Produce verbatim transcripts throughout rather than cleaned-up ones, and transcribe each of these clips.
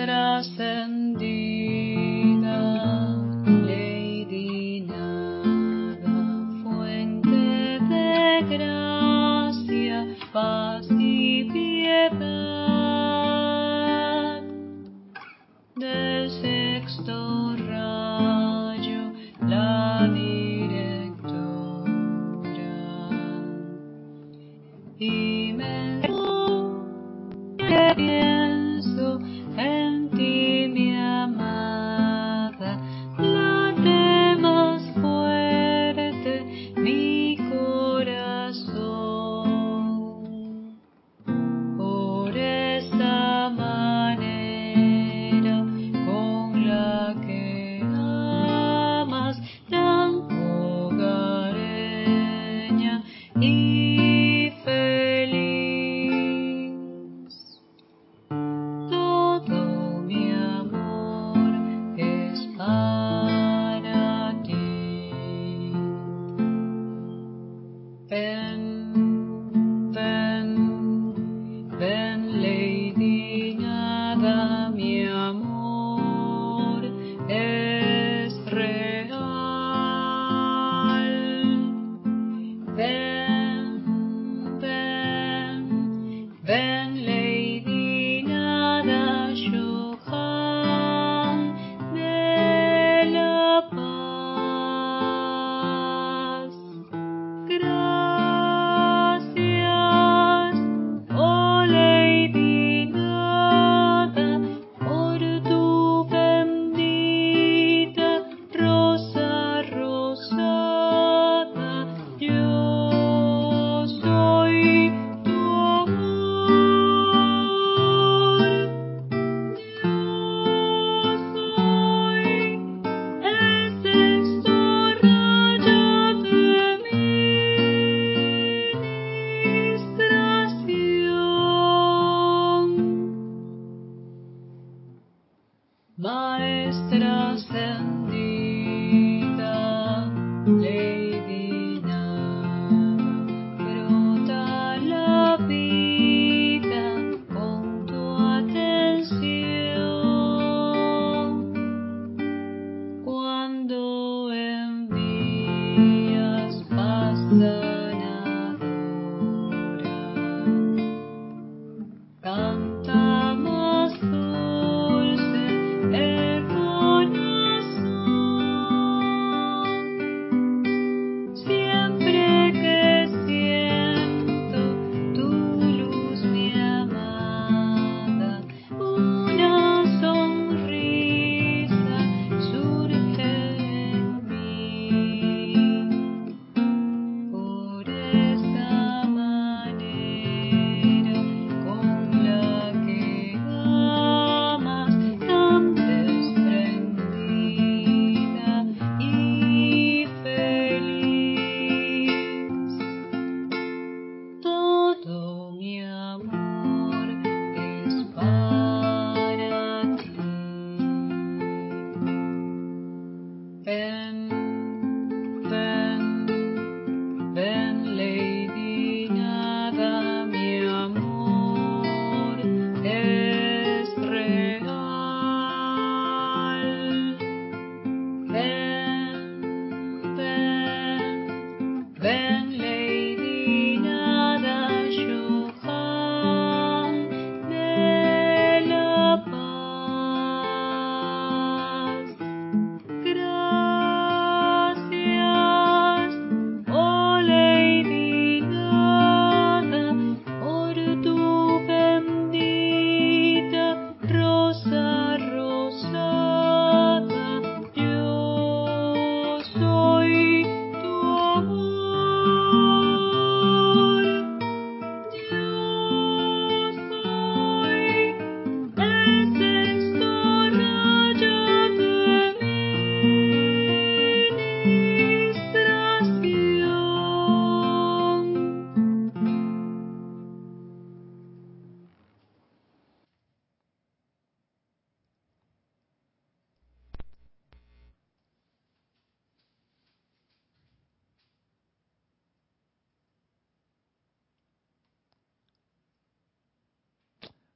trascendida, Lady Nada, fuente de gracia, paz y piedad, del sexto rayo, la directora, y me pienso en ti, mi amada, late más fuerte mi corazón. Por esta manera con la que amas, tan hogareña y feliz. Todo mi amor es para ti. Ven, ven, ven, Lady Nada, mi amor es real. Ven, ven, ven, Lady Nada, Johan de la paz. Gracias, oh Lady Nada, por tu bendita rosa rosada. Yo soy tu amor. Yo soy el sexto rayo de ministración. Maestra ascendida, Lady Nada, brota la vida con tu atención. Cuando envías paz sanadora, canta más dulce el corazón.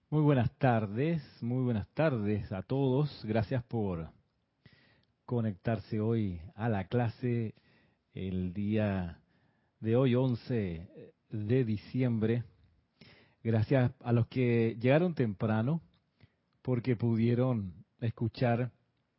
Muy buenas tardes, muy buenas tardes a todos. Gracias por conectarse hoy a la clase el día de hoy, once de diciembre. Gracias a los que llegaron temprano porque pudieron escuchar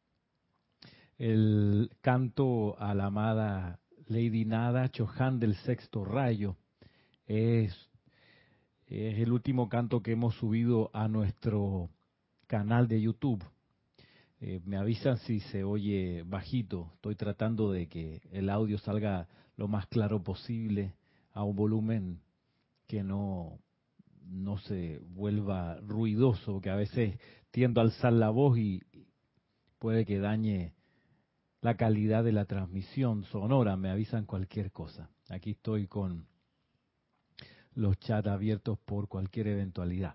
el canto a la amada Lady Nada Chohan del sexto rayo. Es, es el último canto que hemos subido a nuestro canal de YouTube. Eh, me avisan si se oye bajito. Estoy tratando de que el audio salga lo más claro posible a un volumen que no, no se vuelva ruidoso, que a veces tiendo a alzar la voz y puede que dañe la calidad de la transmisión sonora. Me avisan cualquier cosa. Aquí estoy con los chats abiertos por cualquier eventualidad.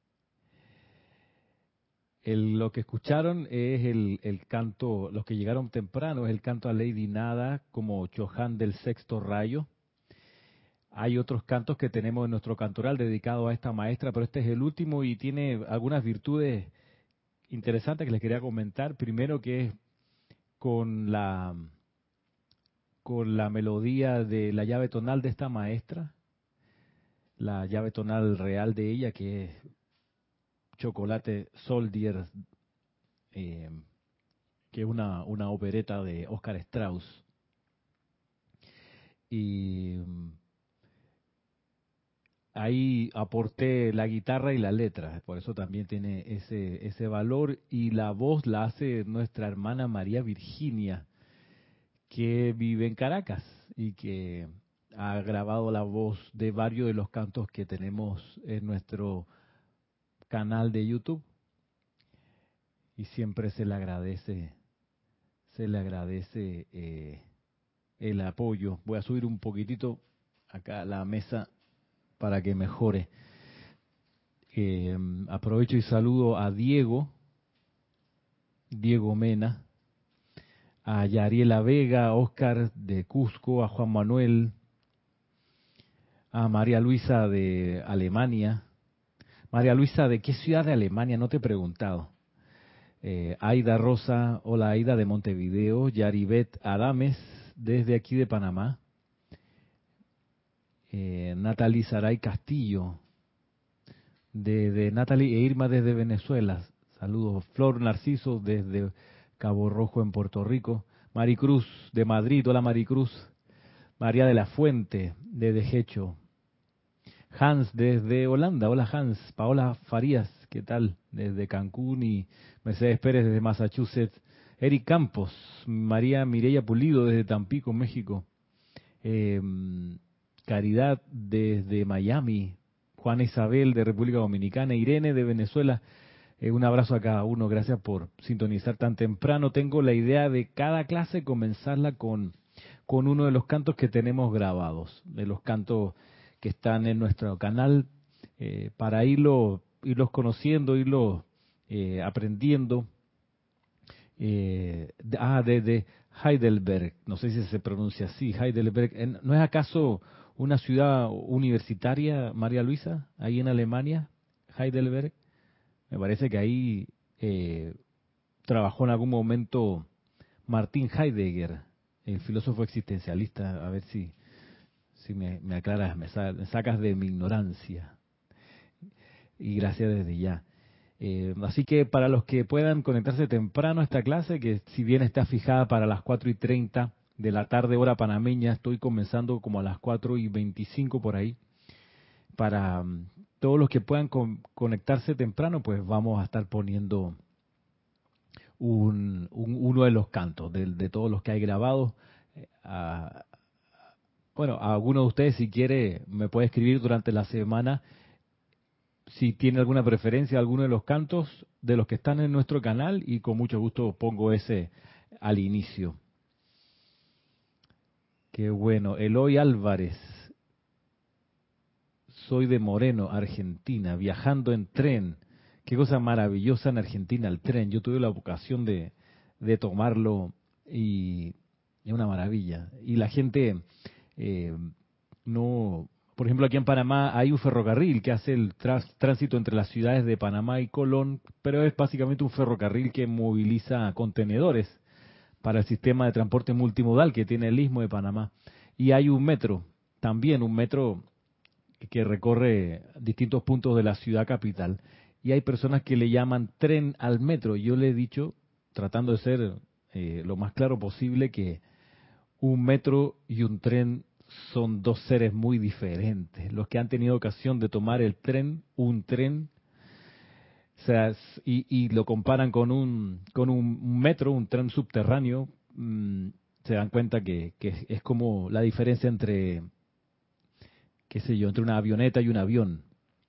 El, lo que escucharon es el, el canto, los que llegaron temprano, es el canto a Lady Nada como Chohan del sexto rayo. Hay otros cantos que tenemos en nuestro cantoral dedicado a esta maestra, pero este es el último y tiene algunas virtudes interesantes que les quería comentar. Primero que es con la, con la melodía de la llave tonal de esta maestra, la llave tonal real de ella, que es Chocolate Soldier, eh, que es una, una opereta de Oscar Strauss. Y ahí aporté la guitarra y la letra, por eso también tiene ese, ese valor. Y la voz la hace nuestra hermana María Virginia, que vive en Caracas y que ha grabado la voz de varios de los cantos que tenemos en nuestro canal de YouTube. Y siempre se le agradece, se le agradece eh, el apoyo. Voy a subir un poquitito acá la mesa para que mejore. Eh, aprovecho y saludo a Diego, Diego Mena, a Yariela Vega, a Oscar de Cusco, a Juan Manuel, a María Luisa de Alemania. María Luisa, ¿de qué ciudad de Alemania? No te he preguntado. Eh, Aida Rosa, hola Aida de Montevideo, Yaribet Adames, desde aquí de Panamá. Eh, Natalie Saray Castillo, de, de Natalie e Irma desde Venezuela. Saludos. Flor Narciso desde Cabo Rojo en Puerto Rico. Maricruz de Madrid, hola Maricruz. María de la Fuente de Dejecho. Hans desde Holanda, hola Hans. Paola Farías, ¿qué tal? Desde Cancún y Mercedes Pérez desde Massachusetts. Eric Campos, María Mireya Pulido desde Tampico, México. Eh, Caridad desde Miami. Juana Isabel de República Dominicana. Irene de Venezuela. Eh, un abrazo a cada uno. Gracias por sintonizar tan temprano. Tengo la idea de cada clase comenzarla con, con uno de los cantos que tenemos grabados, de los cantos que están en nuestro canal, eh, para irlo, irlos conociendo, irlos eh, aprendiendo. Eh, de, ah, de, de Heidelberg, no sé si se pronuncia así, Heidelberg. En- ¿No es acaso una ciudad universitaria, María Luisa, ahí en Alemania, Heidelberg? Me parece que ahí eh, trabajó en algún momento Martin Heidegger, el filósofo existencialista. A ver si, si me, me aclaras, me, sa- me sacas de mi ignorancia. Y gracias desde ya. Eh, así que para los que puedan conectarse temprano a esta clase, que si bien está fijada para las cuatro y treinta de la tarde hora panameña, estoy comenzando como a las cuatro y veinticinco por ahí. Para um, todos los que puedan con, conectarse temprano, pues vamos a estar poniendo un, un, uno de los cantos, de, de todos los que hay grabados. Eh, a, bueno, a alguno de ustedes, si quiere, me puede escribir durante la semana si tiene alguna preferencia a alguno de los cantos de los que están en nuestro canal, y con mucho gusto pongo ese al inicio. Qué bueno. Eloy Álvarez, soy de Moreno, Argentina, viajando en tren. Qué cosa maravillosa en Argentina el tren. Yo tuve la ocasión de, de tomarlo y es una maravilla. Y la gente eh, no, por ejemplo, aquí en Panamá hay un ferrocarril que hace el trás- tránsito entre las ciudades de Panamá y Colón, pero es básicamente un ferrocarril que moviliza contenedores para el sistema de transporte multimodal que tiene el Istmo de Panamá. Y hay un metro, también un metro que recorre distintos puntos de la ciudad capital. Y hay personas que le llaman tren al metro. Yo le he dicho, tratando de ser eh, lo más claro posible, que un metro y un tren son dos seres muy diferentes. Los que han tenido ocasión de tomar el tren, un tren, o sea, s- y, y lo comparan con un, con un metro, un tren subterráneo, mm, se dan cuenta que, que es como la diferencia entre, qué sé yo, entre una avioneta y un avión.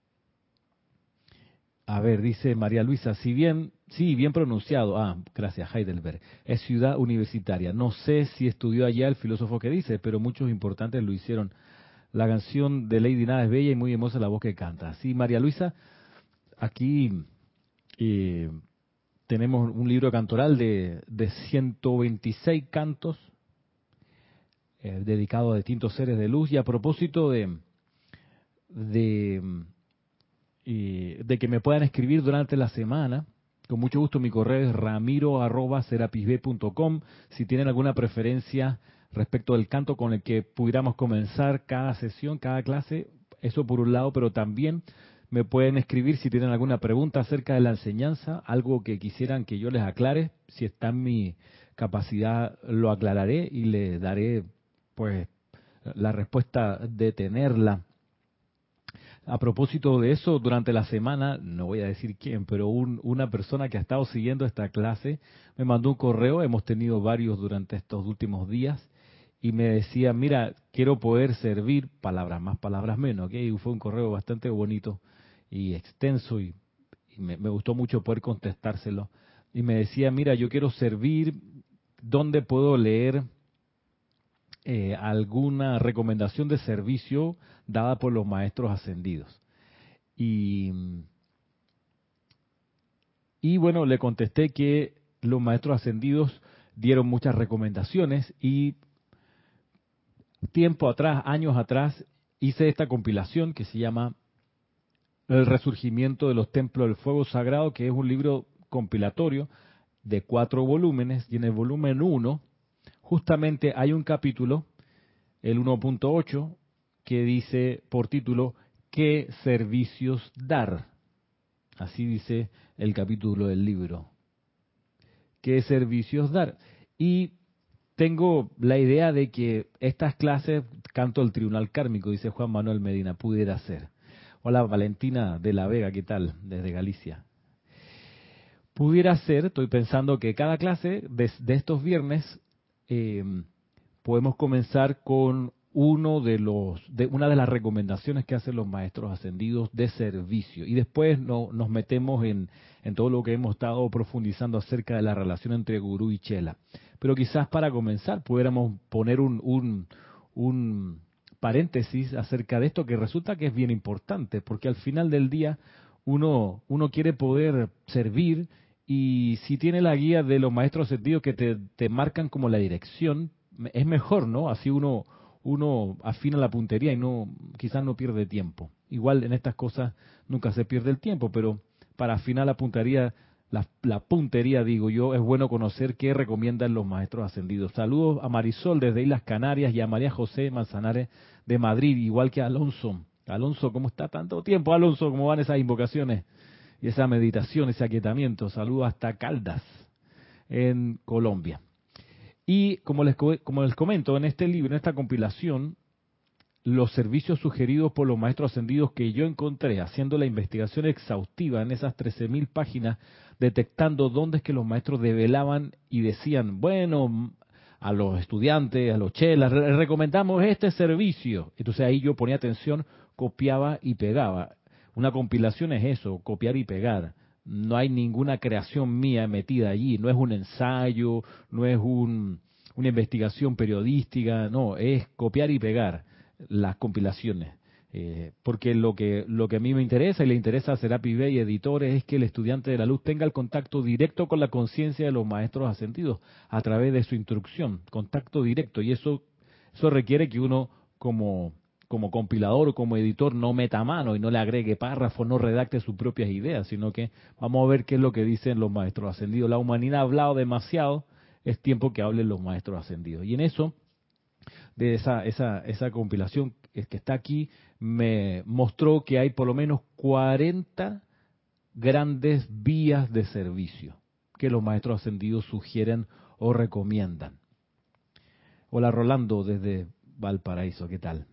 A ver, dice María Luisa, si bien, sí, bien pronunciado. Ah, gracias, Heidelberg. Es ciudad universitaria. No sé si estudió allá el filósofo que dice, pero muchos importantes lo hicieron. La canción de Lady Nada es bella y muy hermosa la voz que canta. Sí, María Luisa, aquí eh, tenemos un libro cantoral de, de ciento veintiséis cantos eh, dedicado a distintos seres de luz. Y a propósito de, de, eh, de que me puedan escribir durante la semana, con mucho gusto mi correo es ramiro arroba serapisbe punto com. Si tienen alguna preferencia respecto del canto con el que pudiéramos comenzar cada sesión, cada clase, eso por un lado, pero también me pueden escribir si tienen alguna pregunta acerca de la enseñanza, algo que quisieran que yo les aclare. Si está en mi capacidad, lo aclararé y les daré pues la respuesta de tenerla. A propósito de eso, durante la semana, no voy a decir quién, pero un- una persona que ha estado siguiendo esta clase me mandó un correo, hemos tenido varios durante estos últimos días, y me decía, mira, quiero poder servir, palabras más, palabras menos, ¿ok? Y fue un correo bastante bonito y extenso, y, y me, me gustó mucho poder contestárselo. Y me decía, mira, yo quiero servir, ¿dónde puedo leer eh, alguna recomendación de servicio dada por los maestros ascendidos? Y, y bueno, le contesté que los maestros ascendidos dieron muchas recomendaciones y tiempo atrás, años atrás, hice esta compilación que se llama El Resurgimiento de los Templos del Fuego Sagrado, que es un libro compilatorio de cuatro volúmenes, y en el volumen uno justamente hay un capítulo, el uno punto ocho, que dice por título ¿Qué servicios dar? Así dice el capítulo del libro. ¿Qué servicios dar? Y tengo la idea de que estas clases, canto el tribunal kármico, dice Juan Manuel Medina, pudiera ser. Hola Valentina de la Vega, ¿qué tal? Desde Galicia. Pudiera ser, estoy pensando que cada clase de, de estos viernes eh, podemos comenzar con uno de los, de una de las recomendaciones que hacen los maestros ascendidos de servicio. Y después no, nos metemos en, en todo lo que hemos estado profundizando acerca de la relación entre gurú y chela. Pero quizás para comenzar pudiéramos poner un, un, un paréntesis acerca de esto, que resulta que es bien importante, porque al final del día uno, uno quiere poder servir, y si tiene la guía de los maestros ascendidos que te, te marcan como la dirección, es mejor, ¿no? Así uno uno afina la puntería y no, quizás no pierde tiempo. Igual en estas cosas nunca se pierde el tiempo, pero para afinar la puntería, la, la puntería, digo yo, es bueno conocer qué recomiendan los maestros ascendidos. Saludos a Marisol desde Islas Canarias y a María José Manzanares de Madrid, igual que a Alonso. Alonso, ¿cómo está tanto tiempo, Alonso? ¿Cómo van esas invocaciones y esa meditación, ese aquietamiento? Saludos hasta Caldas, en Colombia. Y como les, como les comento, en este libro, en esta compilación, los servicios sugeridos por los maestros ascendidos que yo encontré haciendo la investigación exhaustiva en esas trece mil páginas, detectando dónde es que los maestros develaban y decían, bueno, a los estudiantes, a los chelas, re- recomendamos este servicio. Entonces ahí yo ponía atención, copiaba y pegaba. Una compilación es eso, copiar y pegar. No hay ninguna creación mía metida allí, no es un ensayo, no es un, una investigación periodística, no, es copiar y pegar las compilaciones. Eh, porque lo que lo que a mí me interesa y le interesa a Serapi Bey y editores es que el estudiante de la luz tenga el contacto directo con la conciencia de los maestros ascendidos a través de su instrucción, contacto directo, y eso eso requiere que uno como como compilador o como editor no meta mano y no le agregue párrafos, no redacte sus propias ideas, sino que vamos a ver qué es lo que dicen los maestros ascendidos. La humanidad ha hablado demasiado, es tiempo que hablen los maestros ascendidos. Y en eso, de esa, esa, esa compilación que está aquí, me mostró que hay por lo menos cuarenta grandes vías de servicio que los maestros ascendidos sugieren o recomiendan. Hola Rolando desde Valparaíso, ¿qué tal?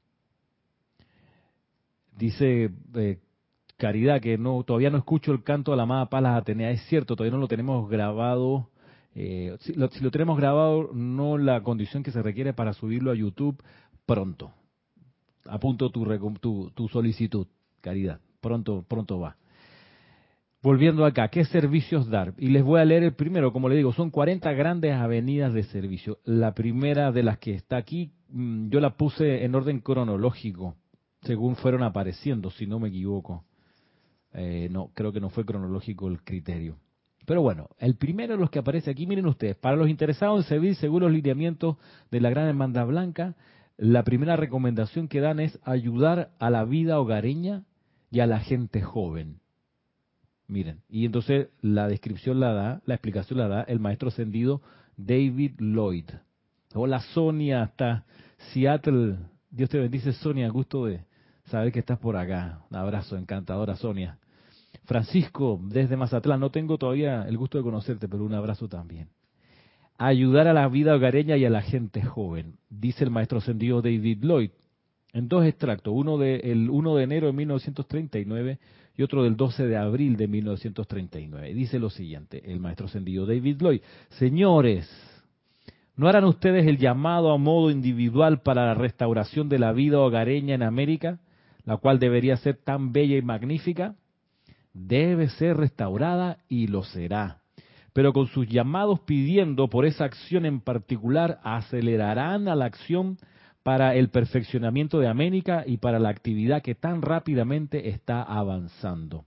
Dice eh, Caridad que no todavía no escucho el canto de la amada Palas Atenea. Es cierto, todavía no lo tenemos grabado. Eh, si, lo, si lo tenemos grabado, no la condición que se requiere para subirlo a YouTube pronto. Apunto tu, tu, tu solicitud, Caridad. Pronto, pronto va. Volviendo acá, ¿qué servicios dar? Y les voy a leer el primero, como le digo, son cuarenta grandes avenidas de servicio. La primera de las que está aquí, yo la puse en orden cronológico, según fueron apareciendo, si no me equivoco. Eh, no, creo que no fue cronológico el criterio. Pero bueno, el primero de los que aparece aquí, miren ustedes, para los interesados en servir según los lineamientos de la Gran Hermandad Blanca, la primera recomendación que dan es ayudar a la vida hogareña y a la gente joven. Miren, y entonces la descripción la da, la explicación la da el maestro ascendido David Lloyd. Hola Sonia, hasta Seattle. Dios te bendice Sonia, gusto de saber que estás por acá. Un abrazo, encantadora Sonia. Francisco, desde Mazatlán, no tengo todavía el gusto de conocerte, pero un abrazo también. Ayudar a la vida hogareña y a la gente joven, dice el maestro ascendido David Lloyd. En dos extractos, uno del uno de enero de mil novecientos treinta y nueve y otro del doce de abril de mil novecientos treinta y nueve. Dice lo siguiente, el maestro ascendido David Lloyd: señores, ¿no harán ustedes el llamado a modo individual para la restauración de la vida hogareña en América, la cual debería ser tan bella y magnífica? Debe ser restaurada y lo será. Pero con sus llamados pidiendo por esa acción en particular, acelerarán a la acción para el perfeccionamiento de América y para la actividad que tan rápidamente está avanzando.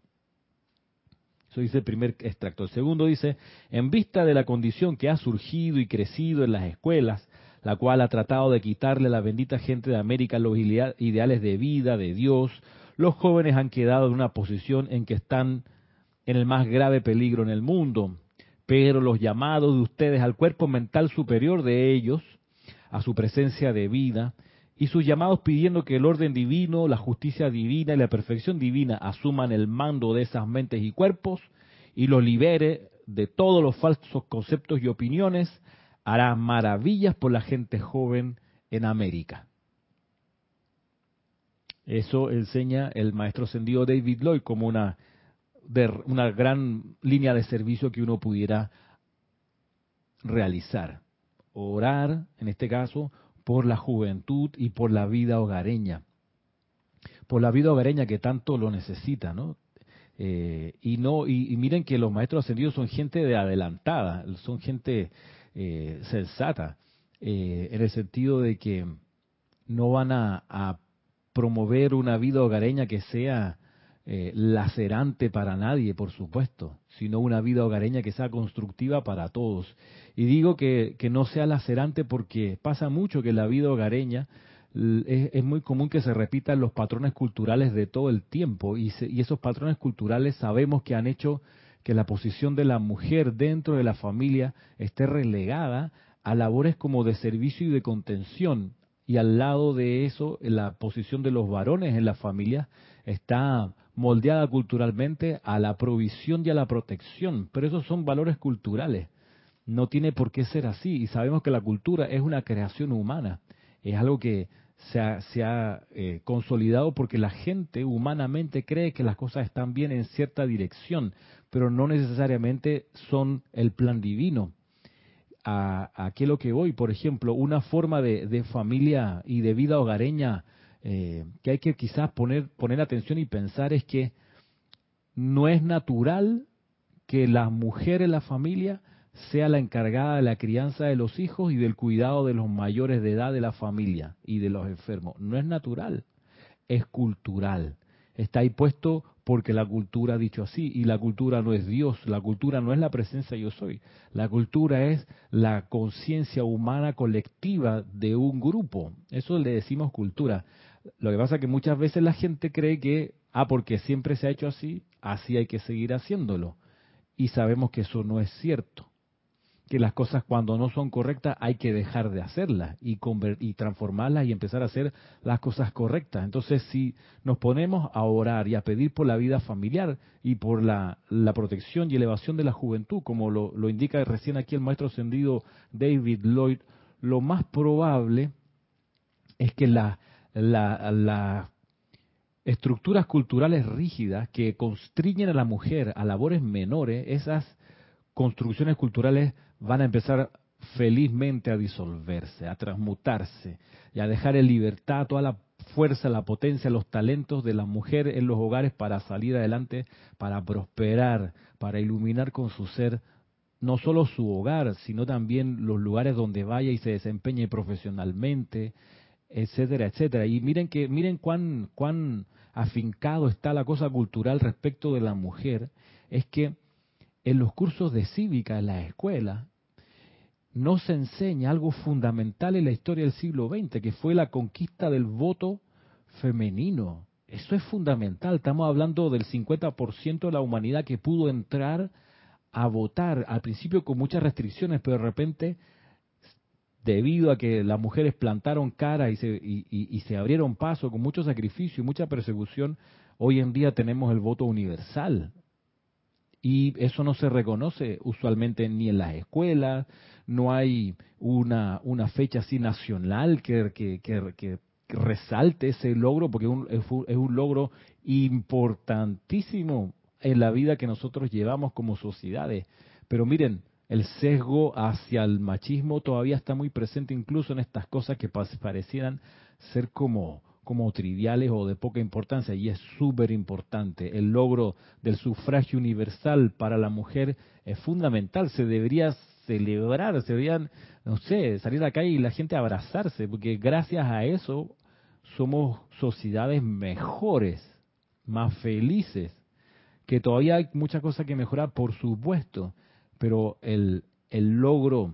Eso dice el primer extracto. El segundo dice, en vista de la condición que ha surgido y crecido en las escuelas, la cual ha tratado de quitarle a la bendita gente de América los ideales de vida, de Dios, los jóvenes han quedado en una posición en que están en el más grave peligro en el mundo. Pero los llamados de ustedes al cuerpo mental superior de ellos, a su presencia de vida, y sus llamados pidiendo que el orden divino, la justicia divina y la perfección divina asuman el mando de esas mentes y cuerpos y los libere de todos los falsos conceptos y opiniones, hará maravillas por la gente joven en América. Eso enseña el maestro ascendido David Lloyd como una, de, una gran línea de servicio que uno pudiera realizar. Orar, en este caso, por la juventud y por la vida hogareña. Por la vida hogareña que tanto lo necesita, ¿no? Eh, y no y, y miren que los maestros ascendidos son gente de adelantada, son gente eh, sensata, eh, en el sentido de que no van a, a promover una vida hogareña que sea eh, lacerante para nadie, por supuesto, sino una vida hogareña que sea constructiva para todos. Y digo que, que no sea lacerante porque pasa mucho que la vida hogareña es, es muy común que se repitan los patrones culturales de todo el tiempo y, se, y esos patrones culturales sabemos que han hecho que la posición de la mujer dentro de la familia esté relegada a labores como de servicio y de contención. Y al lado de eso, la posición de los varones en la familia está moldeada culturalmente a la provisión y a la protección. Pero esos son valores culturales. No tiene por qué ser así. Y sabemos que la cultura es una creación humana. Es algo que se ha, se ha eh, consolidado porque la gente humanamente cree que las cosas están bien en cierta dirección, pero no necesariamente son el plan divino. A, a qué es lo que voy, por ejemplo, una forma de, de familia y de vida hogareña eh, que hay que quizás poner, poner atención y pensar es que no es natural que la mujer en la familia sea la encargada de la crianza de los hijos y del cuidado de los mayores de edad de la familia y de los enfermos. No es natural, es cultural. Está ahí puesto porque la cultura ha dicho así, y la cultura no es Dios, la cultura no es la presencia yo soy, la cultura es la conciencia humana colectiva de un grupo, eso le decimos cultura. Lo que pasa es que muchas veces la gente cree que, ah, porque siempre se ha hecho así, así hay que seguir haciéndolo. Y sabemos que eso no es cierto. Que las cosas cuando no son correctas hay que dejar de hacerlas y, conver- y transformarlas y empezar a hacer las cosas correctas. Entonces, si nos ponemos a orar y a pedir por la vida familiar y por la, la protección y elevación de la juventud, como lo, lo indica recién aquí el maestro ascendido David Lloyd, lo más probable es que la, la, la estructuras culturales rígidas que constriñen a la mujer a labores menores, esas construcciones culturales van a empezar felizmente a disolverse, a transmutarse y a dejar en libertad toda la fuerza, la potencia, los talentos de la mujer en los hogares para salir adelante, para prosperar, para iluminar con su ser no solo su hogar, sino también los lugares donde vaya y se desempeñe profesionalmente, etcétera, etcétera. Y miren que miren cuán cuán afincado está la cosa cultural respecto de la mujer, es que en los cursos de cívica en la escuela no se enseña algo fundamental en la historia del siglo veinte, que fue la conquista del voto femenino. Eso es fundamental. Estamos hablando del cincuenta por ciento de la humanidad que pudo entrar a votar, al principio con muchas restricciones, pero de repente, debido a que las mujeres plantaron cara y se, y, y, y se abrieron paso con mucho sacrificio y mucha persecución, hoy en día tenemos el voto universal. Y eso no se reconoce usualmente ni en las escuelas, no hay una, una fecha así nacional que, que, que, que resalte ese logro, porque es un, es un- es un logro importantísimo en la vida que nosotros llevamos como sociedades. Pero miren, el sesgo hacia el machismo todavía está muy presente incluso en estas cosas que pas- parecieran ser como, como triviales o de poca importancia, y es súper importante. El logro del sufragio universal para la mujer es fundamental, se debería celebrar, se deberían, no sé, salir a la calle y la gente abrazarse, porque gracias a eso somos sociedades mejores, más felices, que todavía hay muchas cosas que mejorar, por supuesto, pero el, el logro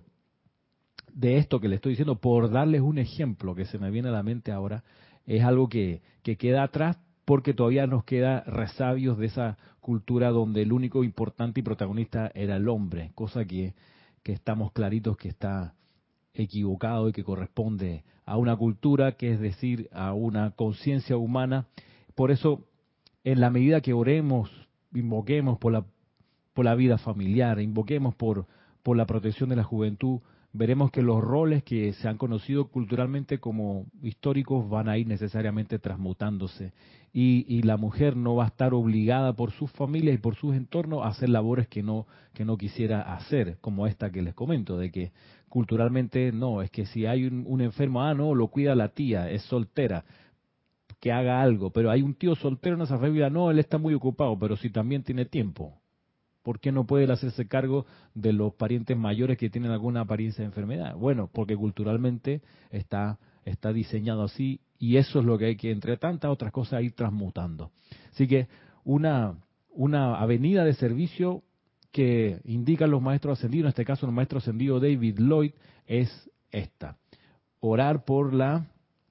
de esto que le estoy diciendo, por darles un ejemplo que se me viene a la mente ahora, es algo que, que queda atrás porque todavía nos queda resabios de esa cultura donde el único importante y protagonista era el hombre, cosa que, que estamos claritos que está equivocado y que corresponde a una cultura, que es decir, a una conciencia humana. Por eso, en la medida que oremos, invoquemos por la, por la vida familiar, invoquemos por, por la protección de la juventud, veremos que los roles que se han conocido culturalmente como históricos van a ir necesariamente transmutándose. Y, y la mujer no va a estar obligada por sus familias y por sus entornos a hacer labores que no, que no quisiera hacer, como esta que les comento, de que culturalmente no, es que si hay un, un enfermo, ah, no, lo cuida la tía, es soltera, que haga algo, pero hay un tío soltero en esa familia, no, él está muy ocupado, pero si también tiene tiempo, ¿por qué no puede él hacerse cargo de los parientes mayores que tienen alguna apariencia de enfermedad? Bueno, porque culturalmente está, está diseñado así, y eso es lo que hay que, entre tantas otras cosas, ir transmutando. Así que una, una avenida de servicio que indican los maestros ascendidos, en este caso el maestro ascendido David Lloyd, es esta: orar por la,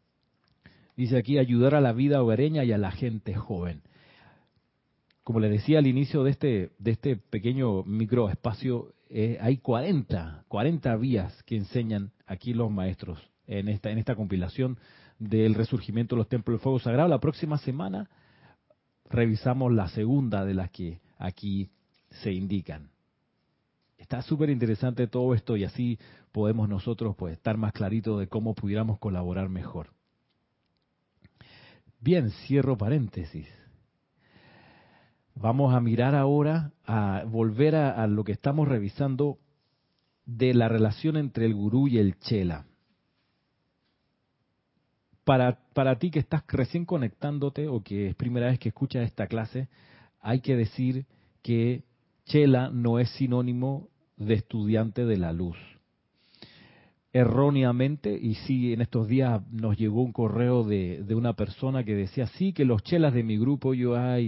dice aquí, ayudar a la vida hogareña y a la gente joven. Como les decía al inicio de este, de este pequeño microespacio, eh, hay cuarenta, cuarenta vías que enseñan aquí los maestros en esta, en esta compilación del resurgimiento de los templos del fuego sagrado. La próxima semana revisamos la segunda de las que aquí se indican. Está súper interesante todo esto, y así podemos nosotros pues estar más claritos de cómo pudiéramos colaborar mejor. Bien, cierro paréntesis. Vamos a mirar ahora, a volver a, a lo que estamos revisando de la relación entre el gurú y el chela. Para, para ti que estás recién conectándote o que es primera vez que escuchas esta clase, hay que decir que chela no es sinónimo de estudiante de la luz. Erróneamente, y sí, en estos días nos llegó un correo de, de una persona que decía, sí, que los chelas de mi grupo, yo, ay...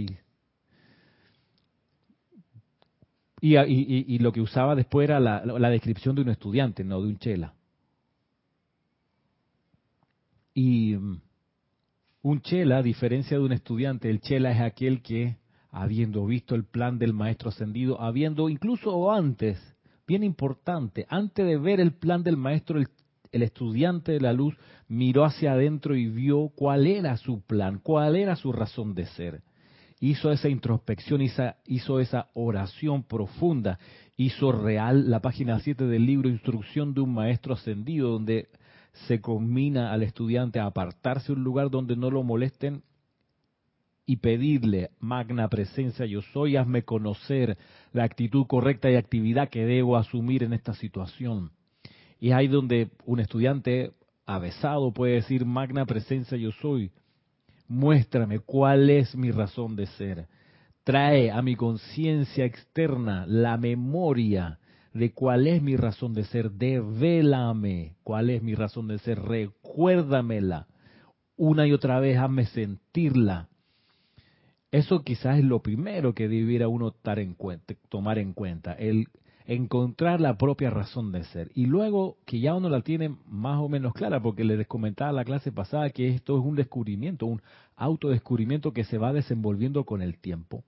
Y, y, y lo que usaba después era la, la descripción de un estudiante, no de un chela. Y um, un chela, a diferencia de un estudiante, el chela es aquel que, habiendo visto el plan del maestro ascendido, habiendo incluso antes, bien importante, antes de ver el plan del maestro, el, el estudiante de la luz miró hacia adentro y vio cuál era su plan, cuál era su razón de ser. Hizo esa introspección, hizo, hizo esa oración profunda, hizo real la página siete del libro Instrucción de un Maestro Ascendido, donde se combina al estudiante a apartarse de un lugar donde no lo molesten y pedirle, magna presencia yo soy, hazme conocer la actitud correcta y actividad que debo asumir en esta situación. Y es ahí donde un estudiante avesado puede decir, magna presencia yo soy, muéstrame cuál es mi razón de ser. Trae a mi conciencia externa la memoria de cuál es mi razón de ser. Devélame cuál es mi razón de ser. Recuérdamela. Una y otra vez hazme sentirla. Eso quizás es lo primero que debiera uno tar en cuenta, tomar en cuenta. El encontrar la propia razón de ser. Y luego que ya uno la tiene más o menos clara, porque les comentaba la clase pasada que esto es un descubrimiento, un autodescubrimiento que se va desenvolviendo con el tiempo.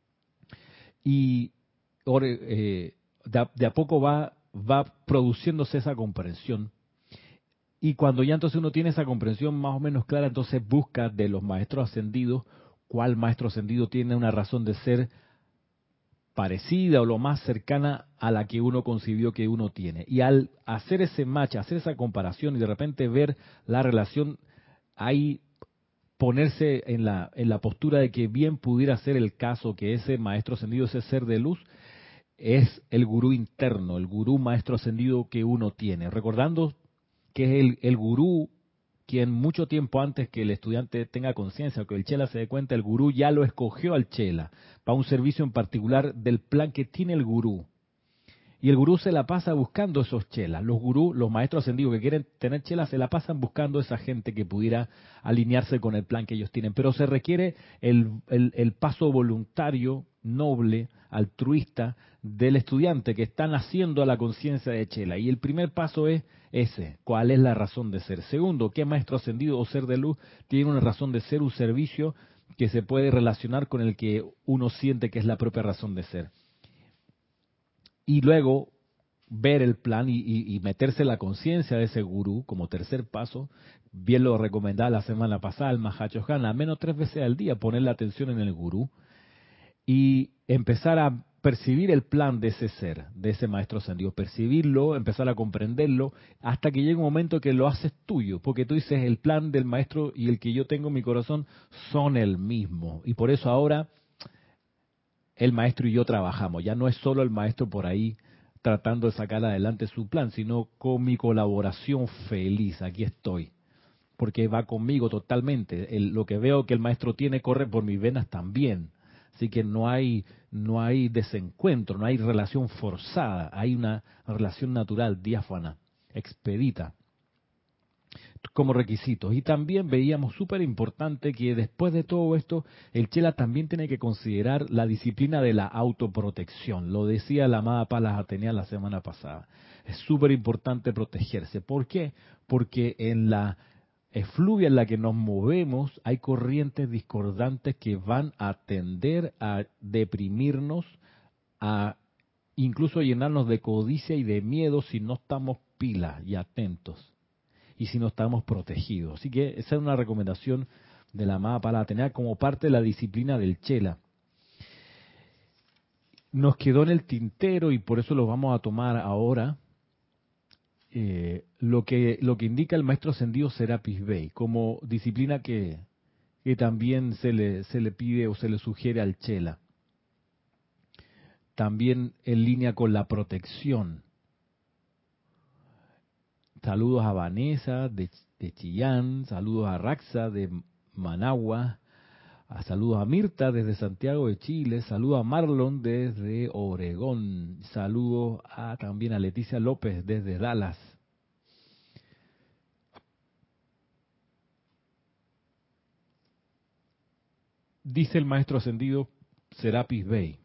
Y eh, de, a, de a poco va, va produciéndose esa comprensión. Y cuando ya entonces uno tiene esa comprensión más o menos clara, entonces busca de los maestros ascendidos cuál maestro ascendido tiene una razón de ser parecida o lo más cercana a la que uno concibió que uno tiene. Y al hacer ese match, hacer esa comparación y de repente ver la relación, ahí ponerse en la, en la postura de que bien pudiera ser el caso que ese maestro ascendido, ese ser de luz, es el gurú interno, el gurú maestro ascendido que uno tiene. Recordando que es el, el gurú quien mucho tiempo antes que el estudiante tenga conciencia, que el chela se dé cuenta, el gurú ya lo escogió al chela para un servicio en particular del plan que tiene el gurú. Y el gurú se la pasa buscando esos chelas. Los gurús, los maestros ascendidos que quieren tener chelas, se la pasan buscando esa gente que pudiera alinearse con el plan que ellos tienen. Pero se requiere el, el, el paso voluntario, noble, altruista del estudiante que está naciendo a la conciencia de chela. Y el primer paso es ese, ¿cuál es la razón de ser? Segundo, ¿qué maestro ascendido o ser de luz tiene una razón de ser, un servicio que se puede relacionar con el que uno siente que es la propia razón de ser? Y luego ver el plan y, y, y meterse la conciencia de ese gurú como tercer paso, bien lo recomendaba la semana pasada el Mahacho Han, al menos tres veces al día poner la atención en el gurú y empezar a percibir el plan de ese ser, de ese maestro ascendido, percibirlo, empezar a comprenderlo, hasta que llegue un momento que lo haces tuyo, porque tú dices el plan del maestro y el que yo tengo en mi corazón son el mismo, y por eso ahora el maestro y yo trabajamos. Ya no es solo el maestro por ahí tratando de sacar adelante su plan, sino con mi colaboración feliz. Aquí estoy. Porque va conmigo totalmente. El, lo que veo que el maestro tiene corre por mis venas también. Así que no hay, no hay desencuentro, no hay relación forzada. Hay una relación natural, diáfana, expedita, como requisitos. Y también veíamos súper importante que después de todo esto, el chela también tiene que considerar la disciplina de la autoprotección. Lo decía la amada Palas Atenea la semana pasada. Es súper importante protegerse. ¿Por qué? Porque en la efluvia en la que nos movemos hay corrientes discordantes que van a tender a deprimirnos, a incluso llenarnos de codicia y de miedo si no estamos pilas y atentos. Y si no estamos protegidos. Así que esa es una recomendación de la amada Palas Atenea como parte de la disciplina del chela. Nos quedó en el tintero y por eso lo vamos a tomar ahora, eh, lo que lo que indica el maestro ascendido Serapis Bey como disciplina que, que también se le, se le pide o se le sugiere al chela. También en línea con la protección. Saludos a Vanessa de, de Chillán, saludos a Raxa de Managua, a saludos a Mirta desde Santiago de Chile, saludos a Marlon desde Oregón, saludos a, también a Leticia López desde Dallas. Dice el maestro ascendido Serapis Bey: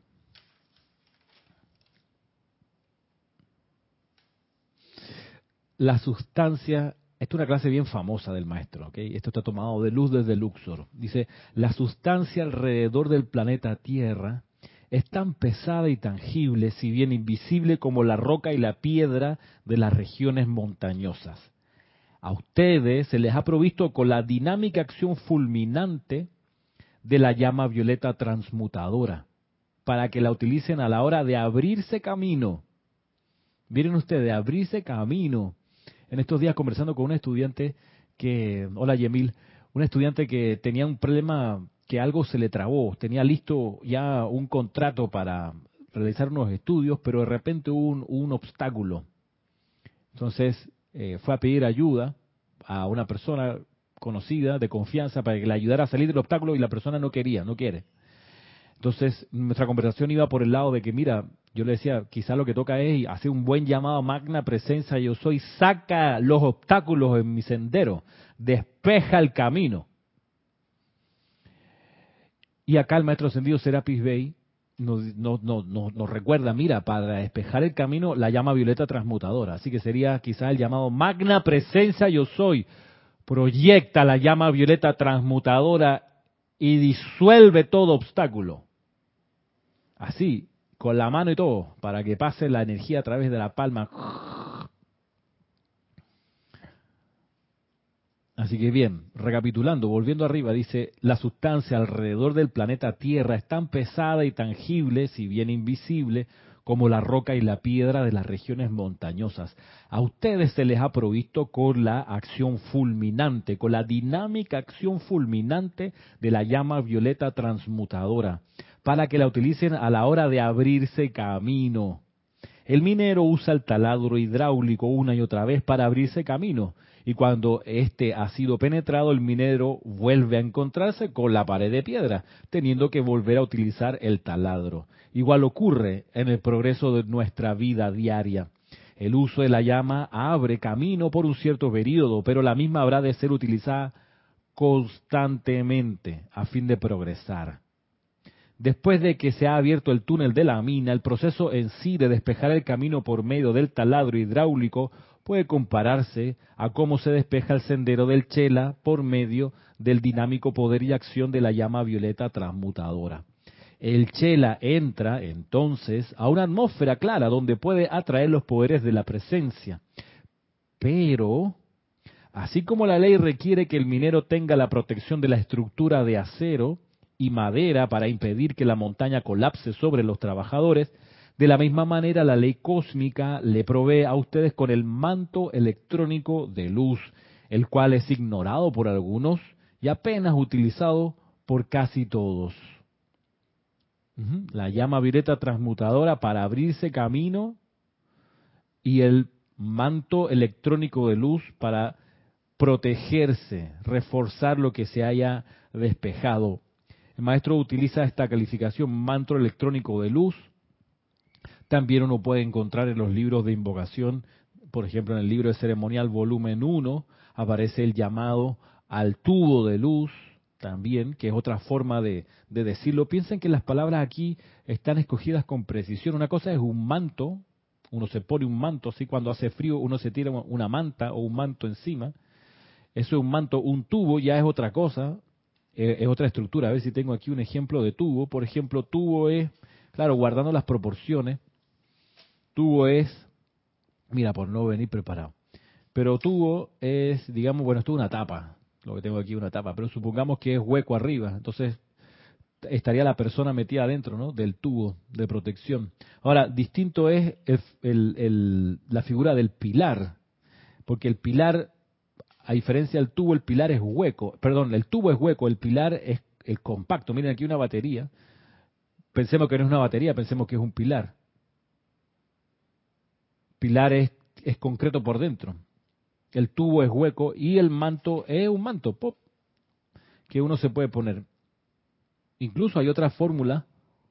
la sustancia esta es una clase bien famosa del maestro, ¿ok? Esto está tomado de luz desde Luxor. Dice, la sustancia alrededor del planeta Tierra es tan pesada y tangible, si bien invisible, como la roca y la piedra de las regiones montañosas. A ustedes se les ha provisto con la dinámica acción fulminante de la llama violeta transmutadora, para que la utilicen a la hora de abrirse camino. Miren ustedes, abrirse camino. En estos días conversando con un estudiante que, hola Yemil, un estudiante que tenía un problema, que algo se le trabó, tenía listo ya un contrato para realizar unos estudios, pero de repente hubo un, un obstáculo. Entonces eh, fue a pedir ayuda a una persona conocida, de confianza, para que le ayudara a salir del obstáculo y la persona no quería, no quiere. Entonces, nuestra conversación iba por el lado de que, mira, yo le decía, quizá lo que toca es hacer un buen llamado a magna presencia yo soy, saca los obstáculos en mi sendero, despeja el camino. Y acá el maestro ascendido Serapis Bey nos, nos, nos, nos, nos recuerda, mira, para despejar el camino, la llama violeta transmutadora. Así que sería quizá el llamado magna presencia yo soy. Proyecta la llama violeta transmutadora y disuelve todo obstáculo. Así, con la mano y todo, para que pase la energía a través de la palma. Así que bien, recapitulando, volviendo arriba, dice, la sustancia alrededor del planeta Tierra es tan pesada y tangible, si bien invisible, como la roca y la piedra de las regiones montañosas. A ustedes se les ha provisto con la acción fulminante, con la dinámica acción fulminante de la llama violeta transmutadora, para que la utilicen a la hora de abrirse camino. El minero usa el taladro hidráulico una y otra vez para abrirse camino, y cuando éste ha sido penetrado, el minero vuelve a encontrarse con la pared de piedra, teniendo que volver a utilizar el taladro. Igual ocurre en el progreso de nuestra vida diaria. El uso de la llama abre camino por un cierto periodo, pero la misma habrá de ser utilizada constantemente a fin de progresar. Después de que se ha abierto el túnel de la mina, el proceso en sí de despejar el camino por medio del taladro hidráulico puede compararse a cómo se despeja el sendero del chela por medio del dinámico poder y acción de la llama violeta transmutadora. El chela entra, entonces, a una atmósfera clara donde puede atraer los poderes de la presencia. Pero, así como la ley requiere que el minero tenga la protección de la estructura de acero y madera para impedir que la montaña colapse sobre los trabajadores, de la misma manera la ley cósmica le provee a ustedes con el manto electrónico de luz, el cual es ignorado por algunos y apenas utilizado por casi todos. Uh-huh. La llama violeta transmutadora para abrirse camino y el manto electrónico de luz para protegerse, reforzar lo que se haya despejado. El maestro utiliza esta calificación manto electrónico de luz. También uno puede encontrar en los libros de invocación, por ejemplo en el libro de ceremonial volumen uno, aparece el llamado al tubo de luz también, que es otra forma de, de decirlo. Piensen que las palabras aquí están escogidas con precisión. Una cosa es un manto, uno se pone un manto, así cuando hace frío uno se tira una manta o un manto encima. Eso es un manto, un tubo ya es otra cosa, eh, es otra estructura. A ver si tengo aquí un ejemplo de tubo. Por ejemplo, tubo es, claro, guardando las proporciones, tubo es, mira, por no venir preparado, pero tubo es, digamos, bueno, esto es una tapa, lo que tengo aquí es una tapa, pero supongamos que es hueco arriba, entonces estaría la persona metida adentro, ¿no?, del tubo de protección. Ahora, distinto es el, el, el, la figura del pilar, porque el pilar, a diferencia del tubo, el pilar es hueco, perdón, el tubo es hueco, el pilar es el compacto. Miren aquí una batería, pensemos que no es una batería, pensemos que es un pilar. Pilar es, es concreto por dentro, el tubo es hueco y el manto es un manto pop que uno se puede poner. Incluso hay otra fórmula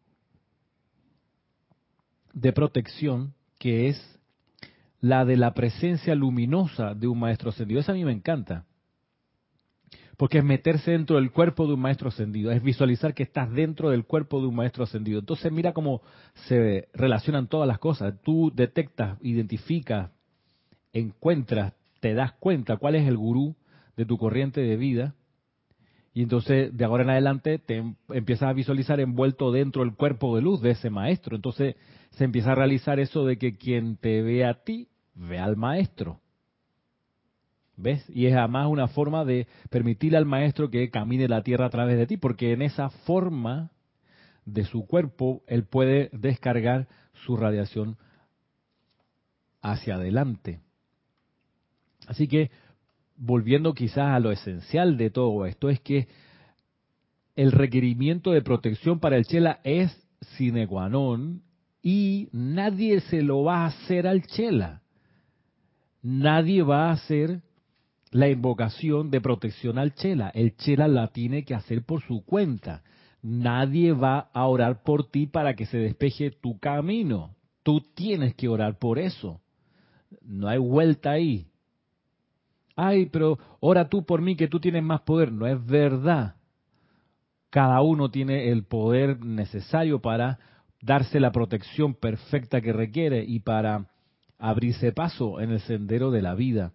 de protección que es la de la presencia luminosa de un maestro ascendido. Esa a mí me encanta, porque es meterse dentro del cuerpo de un maestro ascendido, es visualizar que estás dentro del cuerpo de un maestro ascendido. Entonces mira cómo se relacionan todas las cosas. Tú detectas, identificas, encuentras, te te das cuenta cuál es el gurú de tu corriente de vida, y entonces de ahora en adelante te em- empiezas a visualizar envuelto dentro del cuerpo de luz de ese maestro. Entonces se empieza a realizar eso de que quien te ve a ti, ve al maestro. ¿Ves? Y es además una forma de permitirle al maestro que camine la tierra a través de ti, porque en esa forma de su cuerpo él puede descargar su radiación hacia adelante. Así que, volviendo quizás a lo esencial de todo esto, es que el requerimiento de protección para el chela es sine qua non y nadie se lo va a hacer al chela. Nadie va a hacer la invocación de protección al chela. El chela la tiene que hacer por su cuenta. Nadie va a orar por ti para que se despeje tu camino. Tú tienes que orar por eso. No hay vuelta ahí. Ay, pero ora tú por mí que tú tienes más poder. No es verdad. Cada uno tiene el poder necesario para darse la protección perfecta que requiere y para abrirse paso en el sendero de la vida.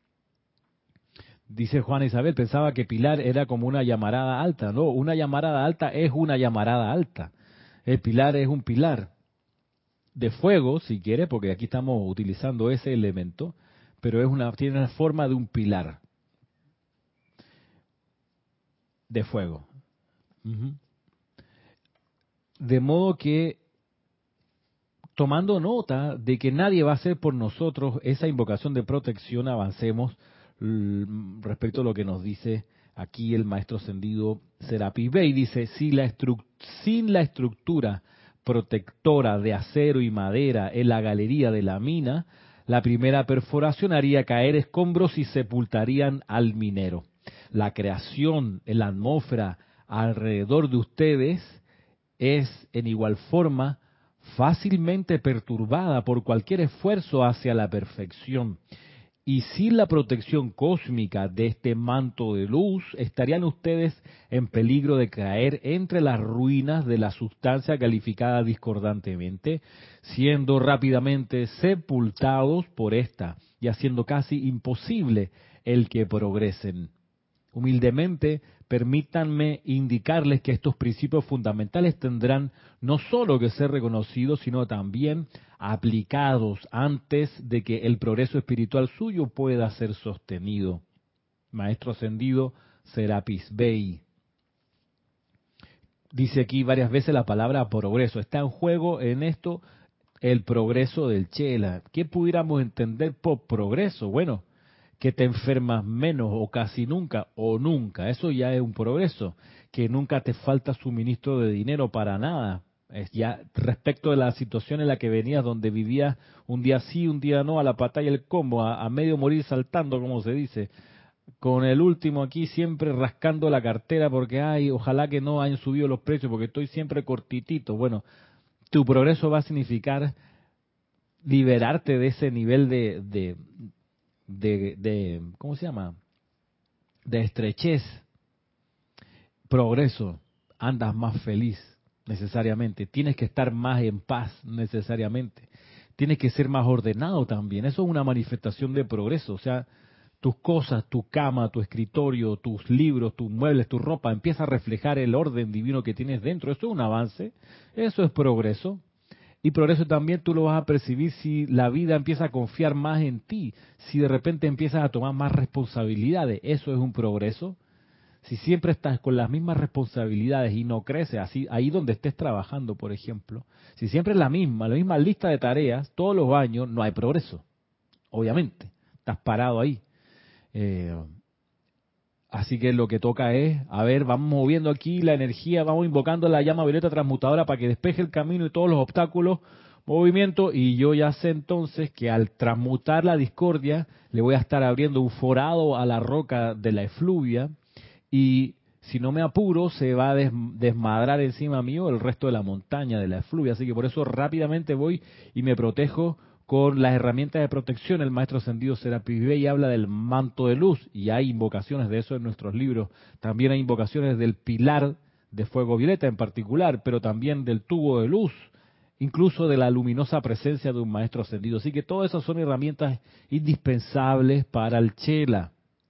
Dice Juana Isabel, pensaba que Pilar era como una llamarada alta. No, una llamarada alta es una llamarada alta. El pilar es un pilar de fuego, si quiere, porque aquí estamos utilizando ese elemento, pero es una, tiene la forma de un pilar de fuego. Ujú. De modo que, tomando nota de que nadie va a hacer por nosotros esa invocación de protección, avancemos l- respecto a lo que nos dice aquí el maestro ascendido Serapis Bey. Dice, si la estru- sin la estructura protectora de acero y madera en la galería de la mina, la primera perforación haría caer escombros y sepultarían al minero. La creación en la atmósfera alrededor de ustedes es en igual forma fácilmente perturbada por cualquier esfuerzo hacia la perfección. Y sin la protección cósmica de este manto de luz, estarían ustedes en peligro de caer entre las ruinas de la sustancia calificada discordantemente, siendo rápidamente sepultados por esta y haciendo casi imposible el que progresen. Humildemente, permítanme indicarles que estos principios fundamentales tendrán no solo que ser reconocidos, sino también aplicados antes de que el progreso espiritual suyo pueda ser sostenido. Maestro ascendido Serapis Bey. Dice aquí varias veces la palabra progreso. Está en juego en esto el progreso del chela. ¿Qué pudiéramos entender por progreso? Bueno, que te enfermas menos o casi nunca o nunca. Eso ya es un progreso. Que nunca te falta suministro de dinero para nada. Es ya respecto de la situación en la que venías, donde vivías un día sí, un día no, a la pata y el combo, a, a medio morir saltando, como se dice. Con el último aquí siempre rascando la cartera porque, ay, ojalá que no hayan subido los precios porque estoy siempre cortitito. Bueno, tu progreso va a significar liberarte de ese nivel de, de, de, de ¿cómo se llama? De estrechez. Progreso, andas más feliz necesariamente, tienes que estar más en paz necesariamente, tienes que ser más ordenado también. Eso es una manifestación de progreso. O sea, tus cosas, tu cama, tu escritorio, tus libros, tus muebles, tu ropa, empieza a reflejar el orden divino que tienes dentro. Eso es un avance, eso es progreso. Y progreso también tú lo vas a percibir si la vida empieza a confiar más en ti, si de repente empiezas a tomar más responsabilidades. Eso es un progreso. Si siempre estás con las mismas responsabilidades y no creces, así ahí donde estés trabajando, por ejemplo, si siempre es la misma, la misma lista de tareas todos los años, no hay progreso. Obviamente, estás parado ahí. Eh, así que lo que toca es, a ver, vamos moviendo aquí la energía, vamos invocando la llama violeta transmutadora para que despeje el camino y todos los obstáculos, movimiento, y yo ya sé entonces que al transmutar la discordia, le voy a estar abriendo un forado a la roca de la efluvia, y si no me apuro, se va a des- desmadrar encima mío el resto de la montaña de la efluvia. Así que por eso rápidamente voy y me protejo con las herramientas de protección. El maestro ascendido Serapis Bey habla del manto de luz y hay invocaciones de eso en nuestros libros. También hay invocaciones del pilar de fuego violeta en particular, pero también del tubo de luz incluso de la luminosa presencia de un maestro ascendido. Así que todas esas son herramientas indispensables para el chela.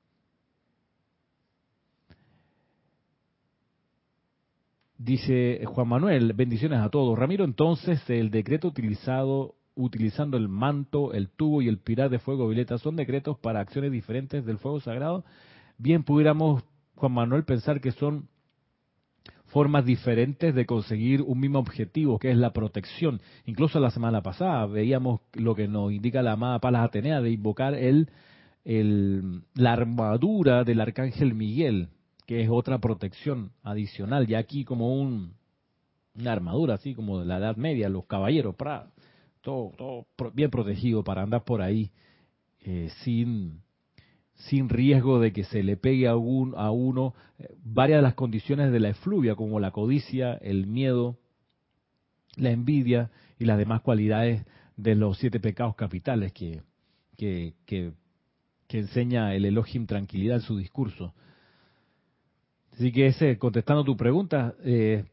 Dice Juan Manuel, bendiciones a todos. Ramiro, entonces el decreto utilizado utilizando el manto, el tubo y el pilar de fuego violeta son decretos para acciones diferentes del fuego sagrado. Bien pudiéramos, Juan Manuel, pensar que son formas diferentes de conseguir un mismo objetivo, que es la protección. Incluso la semana pasada veíamos lo que nos indica la amada Palas Atenea de invocar el, el, la armadura del Arcángel Miguel, que es otra protección adicional, ya aquí como un, una armadura, así como de la Edad Media, los caballeros, para, todo, todo bien protegido para andar por ahí eh, sin... sin riesgo de que se le pegue a, un, a uno eh, varias de las condiciones de la efluvia, como la codicia, el miedo, la envidia y las demás cualidades de los siete pecados capitales que, que, que, que enseña el Elohim Tranquilidad en su discurso. Así que ese, contestando tu pregunta, eh,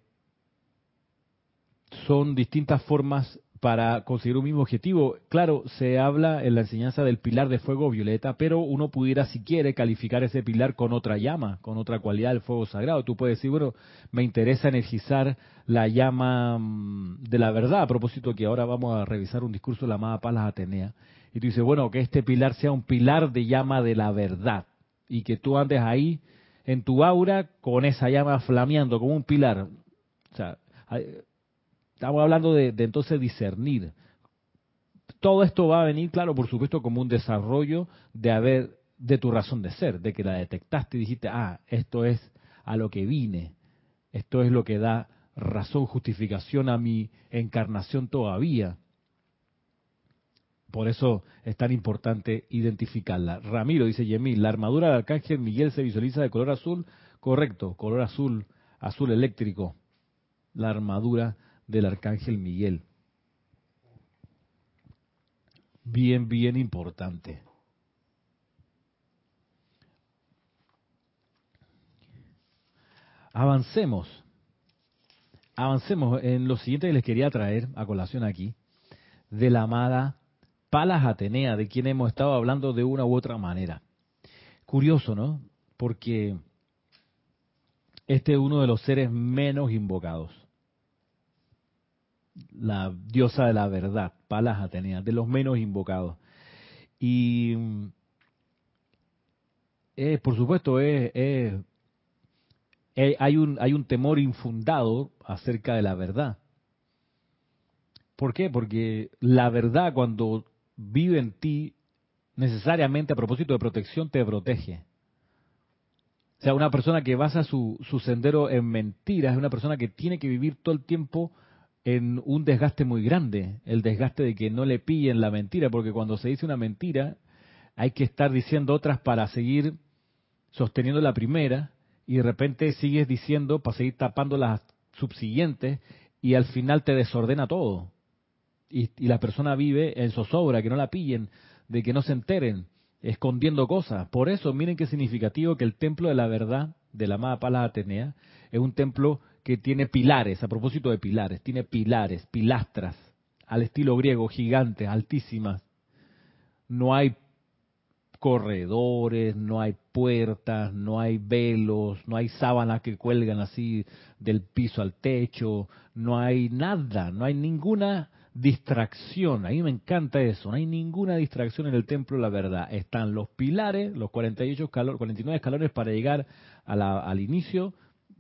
son distintas formas para conseguir un mismo objetivo. Claro, se habla en la enseñanza del pilar de fuego violeta, pero uno pudiera, si quiere, calificar ese pilar con otra llama, con otra cualidad del fuego sagrado. Tú puedes decir, bueno, me interesa energizar la llama mm, de la verdad, a propósito que ahora vamos a revisar un discurso de la amada Palas Atenea. Y tú dices, bueno, que este pilar sea un pilar de llama de la verdad, y que tú andes ahí en tu aura con esa llama flameando como un pilar. O sea, hay- estamos hablando de, de entonces discernir. Todo esto va a venir, claro, por supuesto, como un desarrollo de haber, de tu razón de ser, de que la detectaste y dijiste, ah, esto es a lo que vine, esto es lo que da razón, justificación a mi encarnación todavía. Por eso es tan importante identificarla. Ramiro dice, Yemil, la armadura del Arcángel Miguel se visualiza de color azul. Correcto, color azul, azul eléctrico. La armadura del Arcángel Miguel. Bien, bien importante. Avancemos. Avancemos en lo siguiente que les quería traer a colación aquí, de la amada Palas Atenea, de quien hemos estado hablando de una u otra manera. Curioso, ¿no? Porque este es uno de los seres menos invocados. La diosa de la verdad, Palas Atenea, de los menos invocados. Y eh, por supuesto es, es, eh, hay un hay un temor infundado acerca de la verdad. ¿Por qué? Porque la verdad, cuando vive en ti, necesariamente a propósito de protección te protege. O sea, una persona que basa su, su sendero en mentiras es una persona que tiene que vivir todo el tiempo en un desgaste muy grande, el desgaste de que no le pillen la mentira, porque cuando se dice una mentira hay que estar diciendo otras para seguir sosteniendo la primera, y de repente sigues diciendo para seguir tapando las subsiguientes, y al final te desordena todo. Y, y la persona vive en zozobra, que no la pillen, de que no se enteren, escondiendo cosas. Por eso, miren qué significativo que el templo de la verdad de la amada Palas Atenea es un templo que tiene pilares, a propósito de pilares, tiene pilares, pilastras, al estilo griego, gigantes, altísimas. No hay corredores, no hay puertas, no hay velos, no hay sábanas que cuelgan así del piso al techo, no hay nada, no hay ninguna distracción. A mí me encanta eso, no hay ninguna distracción en el templo de la verdad. Están los pilares, los cuarenta y ocho escalones, cuarenta y nueve escalones para llegar a la, al inicio,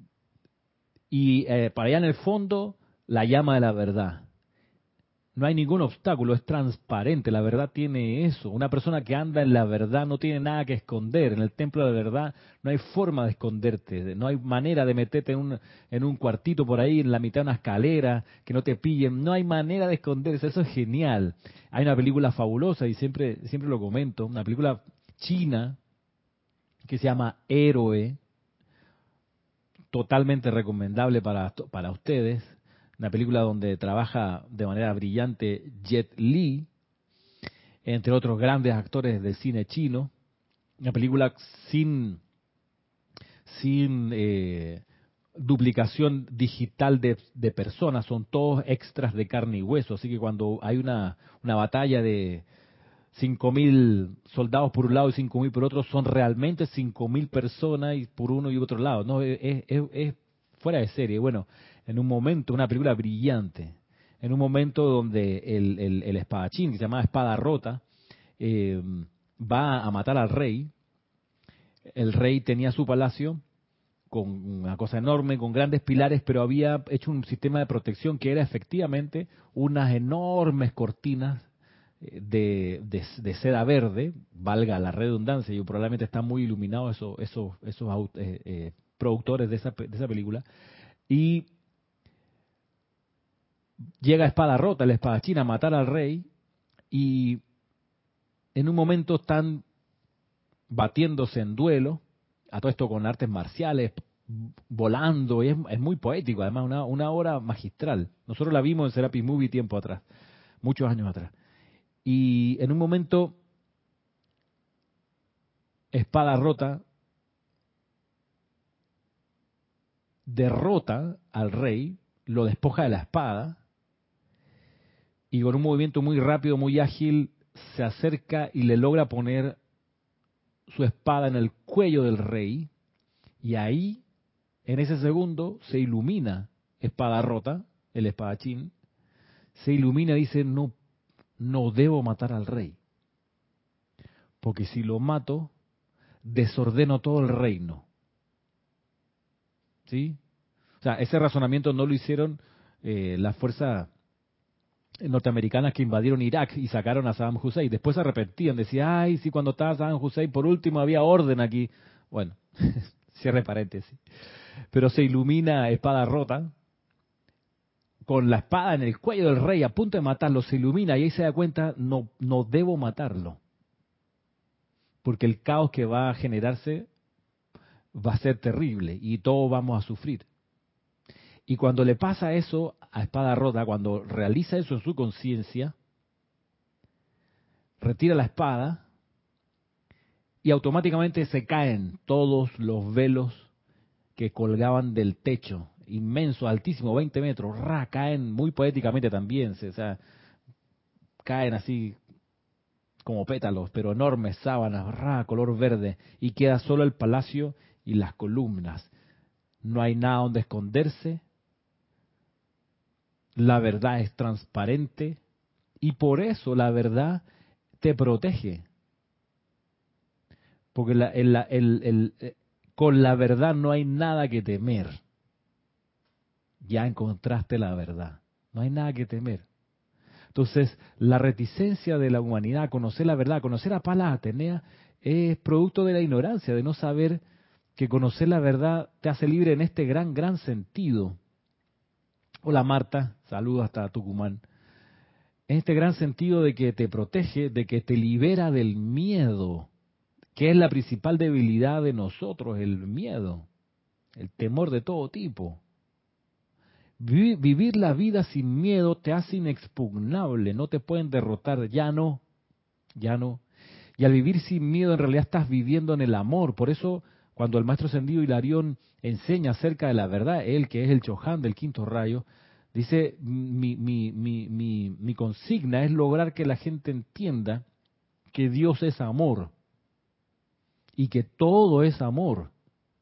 y eh, para allá en el fondo la llama de la verdad. No hay ningún obstáculo, es transparente, la verdad tiene eso. Una persona que anda en la verdad no tiene nada que esconder. En el templo de la verdad no hay forma de esconderte, no hay manera de meterte en un, en un cuartito por ahí, en la mitad de una escalera, que no te pillen. No hay manera de esconderse, eso es genial. Hay una película fabulosa, y siempre, siempre lo comento, una película china que se llama Héroe, totalmente recomendable para, para ustedes. Una película donde trabaja de manera brillante Jet Li, entre otros grandes actores del cine chino. Una película sin, sin eh, duplicación digital de, de personas, son todos extras de carne y hueso. Así que cuando hay una, una batalla de cinco mil soldados por un lado y cinco mil por otro, son realmente cinco mil personas y por uno y otro lado. No, es, es, es fuera de serie. Bueno, en un momento, una película brillante, en un momento donde el, el, el espadachín, que se llama Espada Rota, eh, va a matar al rey. El rey tenía su palacio con una cosa enorme, con grandes pilares, pero había hecho un sistema de protección que era efectivamente unas enormes cortinas de, de, de seda verde, valga la redundancia, y probablemente están muy iluminados esos, esos, esos eh, eh, productores de esa, de esa película, y llega Espada Rota, el espadachín, a matar al rey, y en un momento están batiéndose en duelo, a todo esto con artes marciales, volando, y es, es muy poético, además una, una obra magistral. Nosotros la vimos en Serapis Movie tiempo atrás, muchos años atrás. Y en un momento, Espada Rota derrota al rey, lo despoja de la espada, y con un movimiento muy rápido, muy ágil, se acerca y le logra poner su espada en el cuello del rey, y ahí, en ese segundo, se ilumina Espada Rota, el espadachín, se ilumina y dice, no, no debo matar al rey, porque si lo mato, desordeno todo el reino. ¿Sí? O sea, ese razonamiento no lo hicieron eh, las fuerzas norteamericanas que invadieron Irak y sacaron a Saddam Hussein. Después se arrepentían, decían, ay, sí, cuando estaba Saddam Hussein, por último había orden aquí. Bueno, cierre paréntesis. Pero se ilumina Espada Rota, con la espada en el cuello del rey, a punto de matarlo, se ilumina y ahí se da cuenta, no, no debo matarlo. Porque el caos que va a generarse va a ser terrible y todos vamos a sufrir. Y cuando le pasa eso a Espada Rota, cuando realiza eso en su conciencia, retira la espada y automáticamente se caen todos los velos que colgaban del techo, inmenso, altísimo, veinte metros, ra, caen muy poéticamente también, o sea, caen así como pétalos, pero enormes sábanas, ra, color verde, y queda solo el palacio y las columnas. No hay nada donde esconderse, la verdad es transparente, y por eso la verdad te protege. Porque la, el, el, el, el, con la verdad no hay nada que temer. Ya encontraste la verdad. No hay nada que temer. Entonces, la reticencia de la humanidad a conocer la verdad, a conocer a Palas Atenea, es producto de la ignorancia, de no saber que conocer la verdad te hace libre en este gran, gran sentido. Hola Marta, saludos hasta Tucumán. En este gran sentido de que te protege, de que te libera del miedo, que es la principal debilidad de nosotros, el miedo, el temor de todo tipo. Vivir la vida sin miedo te hace inexpugnable, no te pueden derrotar, ya no, ya no. Y al vivir sin miedo en realidad estás viviendo en el amor. Por eso cuando el maestro ascendido Hilarión enseña acerca de la verdad, él que es el Chohan del quinto rayo, dice, mi, mi, mi, mi, mi consigna es lograr que la gente entienda que Dios es amor y que todo es amor.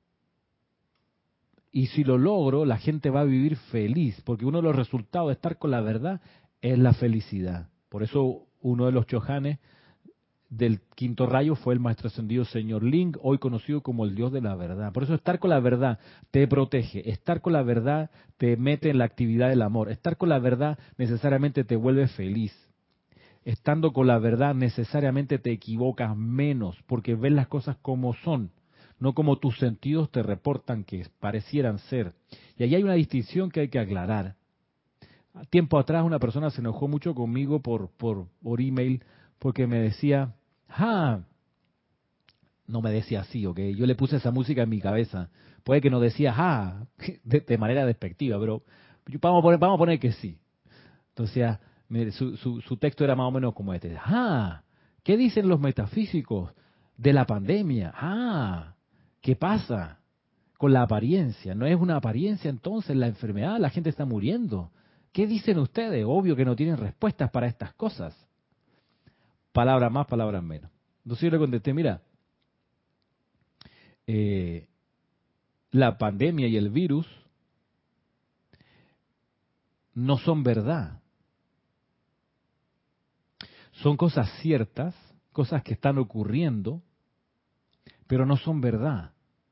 Y si lo logro, la gente va a vivir feliz, porque uno de los resultados de estar con la verdad es la felicidad. Por eso uno de los chohanes del quinto rayo fue el maestro ascendido señor Ling, hoy conocido como el Dios de la verdad. Por eso estar con la verdad te protege, estar con la verdad te mete en la actividad del amor, estar con la verdad necesariamente te vuelve feliz. Estando con la verdad necesariamente te equivocas menos, porque ves las cosas como son, no como tus sentidos te reportan que parecieran ser. Y ahí hay una distinción que hay que aclarar. Tiempo atrás una persona se enojó mucho conmigo por, por, por email porque me decía, ah, no me decía así, ¿ok? Yo le puse esa música en mi cabeza. Puede que no decía, ah, de, de manera despectiva, pero vamos a poner, vamos a poner que sí. Entonces, su, su, su texto era más o menos como este. Ah, ¿qué dicen los metafísicos de la pandemia? Ah, ¿qué pasa? con la apariencia. No es una apariencia entonces la enfermedad, la gente está muriendo. ¿Qué dicen ustedes? Obvio que no tienen respuestas para estas cosas. Palabras más, palabras menos. Entonces yo le contesté, mira, eh, la pandemia y el virus no son verdad. Son cosas ciertas, cosas que están ocurriendo, pero no son verdad.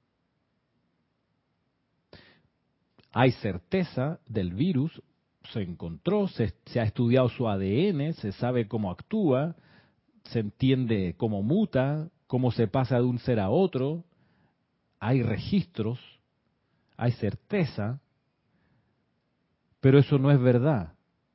Hay certeza del virus, se encontró, se, se ha estudiado su A D N, se sabe cómo actúa, se entiende cómo muta, cómo se pasa de un ser a otro, hay registros, hay certeza, pero eso no es verdad.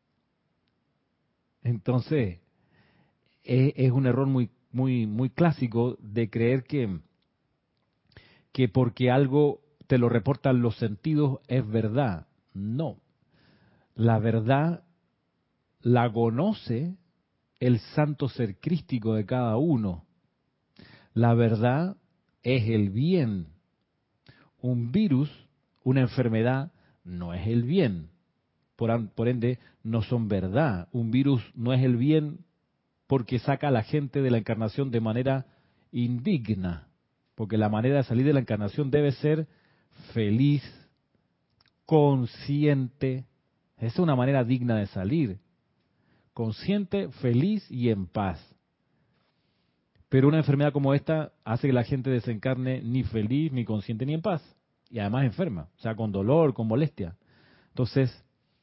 Entonces, es, es un error muy, muy, muy clásico de creer que, que porque algo te lo reportan los sentidos es verdad. No. La verdad la conoce el santo ser crístico de cada uno. La verdad es el bien. Un virus, una enfermedad, no es el bien. Por, por ende, no son verdad. Un virus no es el bien porque saca a la gente de la encarnación de manera indigna. Porque la manera de salir de la encarnación debe ser feliz, consciente. Esa es una manera digna de salir. Consciente, feliz y en paz. Pero una enfermedad como esta hace que la gente desencarne ni feliz, ni consciente, ni en paz. Y además enferma, o sea, con dolor, con molestia. Entonces,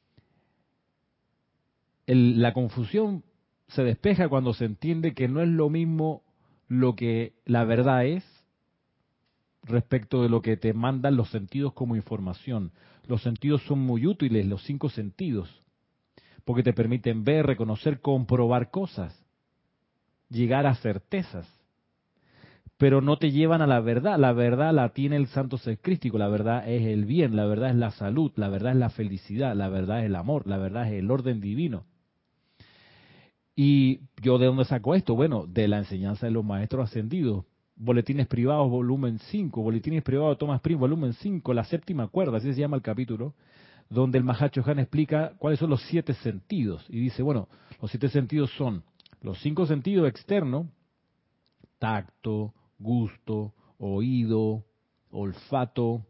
el, la confusión se despeja cuando se entiende que no es lo mismo lo que la verdad es respecto de lo que te mandan los sentidos como información. Los sentidos son muy útiles, los cinco sentidos, porque te permiten ver, reconocer, comprobar cosas, llegar a certezas, pero no te llevan a la verdad. La verdad la tiene el santo ser crístico, la verdad es el bien, la verdad es la salud, la verdad es la felicidad, la verdad es el amor, la verdad es el orden divino. ¿Y yo de dónde saco esto? Bueno, de la enseñanza de los maestros ascendidos. Boletines privados, volumen cinco, Boletines privados de Thomas Prince, volumen cinco, la séptima cuerda, así se llama el capítulo, donde el Mahacho Han explica cuáles son los siete sentidos. Y dice, bueno, los siete sentidos son los cinco sentidos externos: tacto, gusto, oído, olfato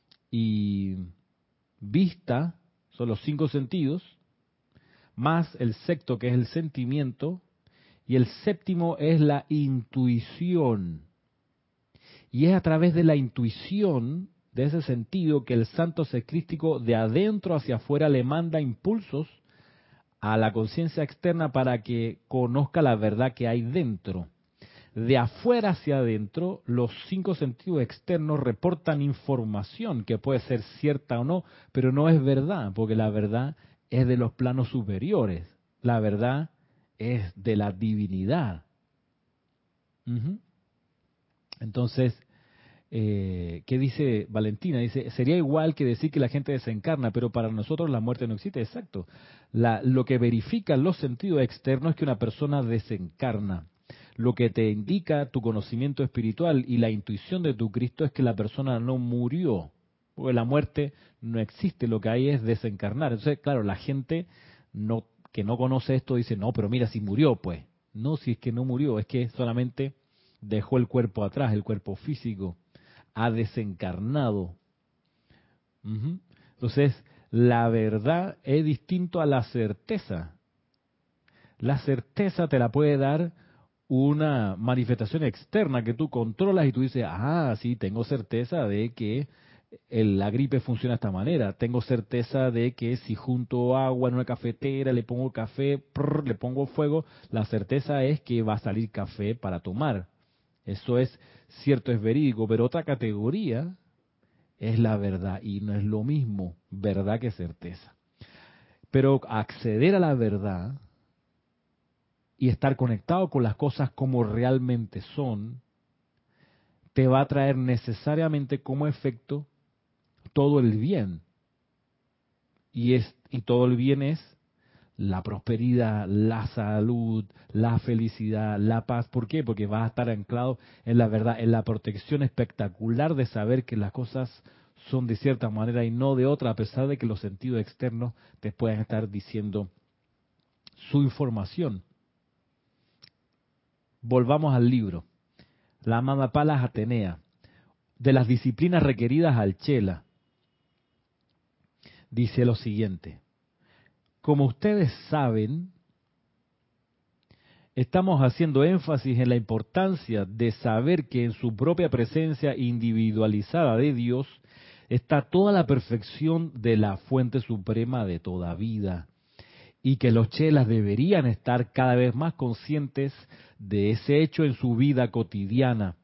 y vista, son los cinco sentidos, más el sexto, que es el sentimiento, y el séptimo es la intuición. Y es a través de la intuición, de ese sentido, que el santo ser crístico de adentro hacia afuera le manda impulsos a la conciencia externa para que conozca la verdad que hay dentro. De afuera hacia adentro, los cinco sentidos externos reportan información que puede ser cierta o no, pero no es verdad, porque la verdad es de los planos superiores. La verdad es de la divinidad. Uh-huh. Entonces, eh, ¿qué dice Valentina? Dice, sería igual que decir que la gente desencarna, pero para nosotros la muerte no existe. Exacto. La, lo que verifican los sentidos externos es que una persona desencarna. Lo que te indica tu conocimiento espiritual y la intuición de tu Cristo es que la persona no murió. Porque la muerte no existe, lo que hay es desencarnar. Entonces, claro, la gente no, que no conoce esto dice, no, pero mira, si murió, pues. No, si es que no murió, es que solamente dejó el cuerpo atrás, el cuerpo físico, ha desencarnado. Uh-huh. Entonces, la verdad es distinto a la certeza. La certeza te la puede dar una manifestación externa que tú controlas y tú dices, ah, sí, tengo certeza de que el, la gripe funciona de esta manera, tengo certeza de que si junto agua en una cafetera, le pongo café, prr, le pongo fuego, la certeza es que va a salir café para tomar. Eso es cierto, es verídico, pero otra categoría es la verdad y no es lo mismo verdad que certeza. Pero acceder a la verdad y estar conectado con las cosas como realmente son, te va a traer necesariamente como efecto todo el bien. Y, es, y todo el bien es la prosperidad, la salud, la felicidad, la paz. ¿Por qué? Porque vas a estar anclado en la verdad, en la protección espectacular de saber que las cosas son de cierta manera y no de otra, a pesar de que los sentidos externos te puedan estar diciendo su información. Volvamos al libro. La amada Palas Atenea, de las disciplinas requeridas al Chela, dice lo siguiente: como ustedes saben, estamos haciendo énfasis en la importancia de saber que en su propia presencia individualizada de Dios está toda la perfección de la fuente suprema de toda vida, y que los chelas deberían estar cada vez más conscientes de ese hecho en su vida cotidiana.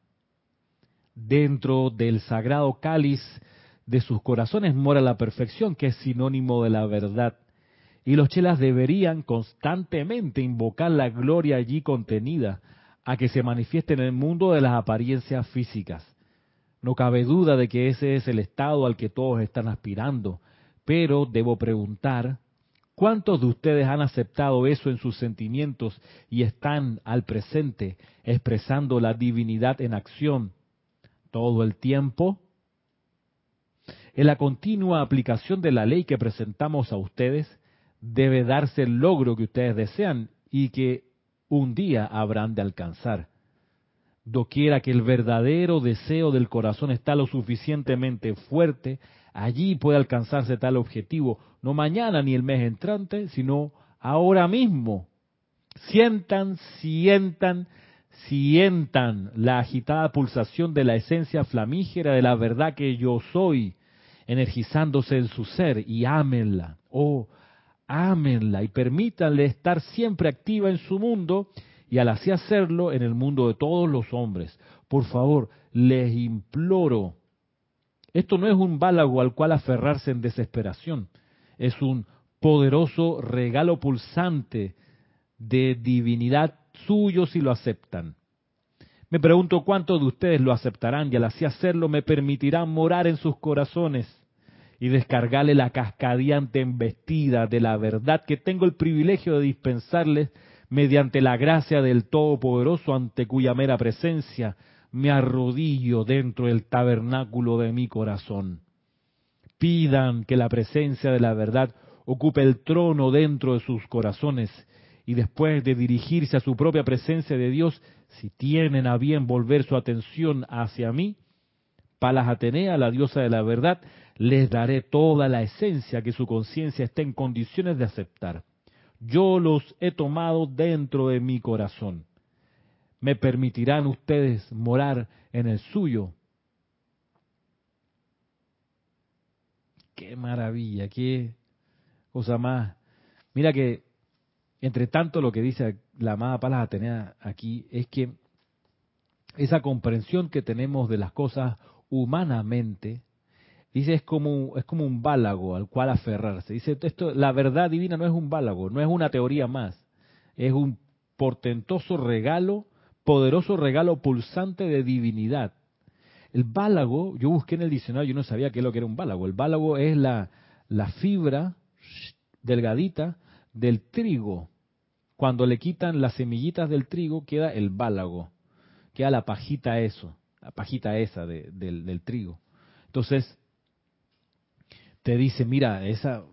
Dentro del sagrado cáliz de sus corazones mora la perfección, que es sinónimo de la verdad. Y los chelas deberían constantemente invocar la gloria allí contenida, a que se manifieste en el mundo de las apariencias físicas. No cabe duda de que ese es el estado al que todos están aspirando, pero debo preguntar, ¿cuántos de ustedes han aceptado eso en sus sentimientos y están al presente expresando la divinidad en acción todo el tiempo? En la continua aplicación de la ley que presentamos a ustedes, debe darse el logro que ustedes desean y que un día habrán de alcanzar. Doquiera que el verdadero deseo del corazón está lo suficientemente fuerte, allí puede alcanzarse tal objetivo, no mañana ni el mes entrante, sino ahora mismo. Sientan, sientan, sientan la agitada pulsación de la esencia flamígera de la verdad que yo soy, energizándose en su ser, y ámenla, oh, ámenla y permítanle estar siempre activa en su mundo y al así hacerlo en el mundo de todos los hombres. Por favor, les imploro. Esto no es un bálago al cual aferrarse en desesperación. Es un poderoso regalo pulsante de divinidad suyo si lo aceptan. Me pregunto cuántos de ustedes lo aceptarán y al así hacerlo me permitirán morar en sus corazones y descargarle la cascadiante embestida de la verdad que tengo el privilegio de dispensarles mediante la gracia del Todopoderoso, ante cuya mera presencia me arrodillo dentro del tabernáculo de mi corazón. Pidan que la presencia de la verdad ocupe el trono dentro de sus corazones y después de dirigirse a su propia presencia de Dios, si tienen a bien volver su atención hacia mí, Palas Atenea, la diosa de la verdad, les daré toda la esencia que su conciencia esté en condiciones de aceptar. Yo los he tomado dentro de mi corazón. ¿Me permitirán ustedes morar en el suyo? ¡Qué maravilla! ¡Qué cosa más! Mira que, entre tanto, lo que dice la amada Palas Atenea aquí es que esa comprensión que tenemos de las cosas humanamente, dice, es como, es como un bálago al cual aferrarse. Dice, esto, la verdad divina no es un bálago, no es una teoría más. Es un portentoso regalo, poderoso regalo pulsante de divinidad. El bálago, yo busqué en el diccionario, yo no sabía qué es lo que era un bálago. El bálago es la, la fibra delgadita del trigo. Cuando le quitan las semillitas del trigo, queda el bálago. Queda la pajita eso, la pajita esa de, del, del trigo. Entonces, te dice, mira, esas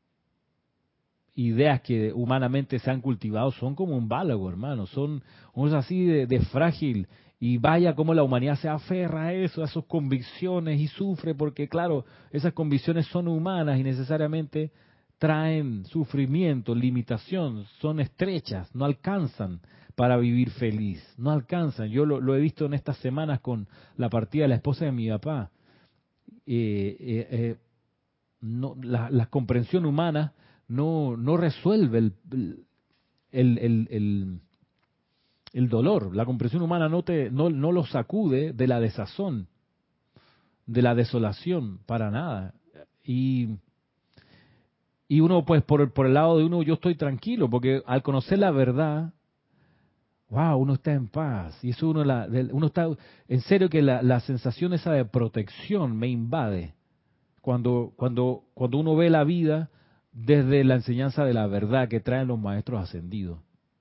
ideas que humanamente se han cultivado son como un bálago, hermano, son cosas así de, de frágil, y vaya cómo la humanidad se aferra a eso, a esas convicciones, y sufre porque, claro, esas convicciones son humanas y necesariamente traen sufrimiento, limitación, son estrechas, no alcanzan para vivir feliz, no alcanzan. Yo lo, lo he visto en estas semanas con la partida de la esposa de mi papá. Eh, eh, eh, no, la, la comprensión humana no, no resuelve el, el, el, el, el dolor. La comprensión humana no, te, no, no lo sacude de la desazón, de la desolación, para nada. Y, y uno, pues, por, por el lado de uno, yo estoy tranquilo, porque al conocer la verdad, wow, uno está en paz. Y eso uno, la, uno está, en serio que la, la sensación esa de protección me invade. Cuando, cuando, cuando uno ve la vida desde la enseñanza de la verdad que traen los maestros ascendidos.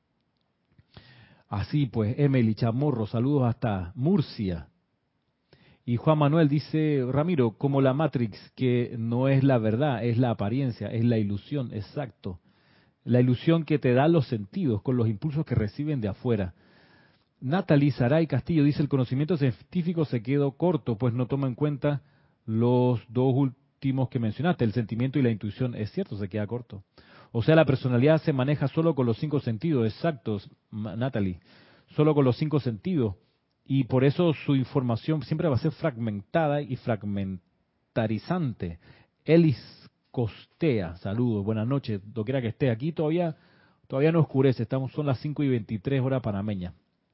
Así pues, Emily Chamorro, saludos hasta Murcia. Y Juan Manuel dice, Ramiro, como la Matrix, que no es la verdad, es la apariencia, es la ilusión, exacto. La ilusión que te da los sentidos con los impulsos que reciben de afuera. Natalie Saray Castillo dice, el conocimiento científico se quedó corto, pues no toma en cuenta los dos últimos que mencionaste, el sentimiento y la intuición. Es cierto, se queda corto. O sea, la personalidad se maneja solo con los cinco sentidos, exactos, Natalie, solo con los cinco sentidos. Y por eso su información siempre va a ser fragmentada y fragmentarizante. Elis Costea, saludos, buenas noches, doquiera que esté aquí, todavía todavía no oscurece, estamos son las cinco y veintitrés horas panameña.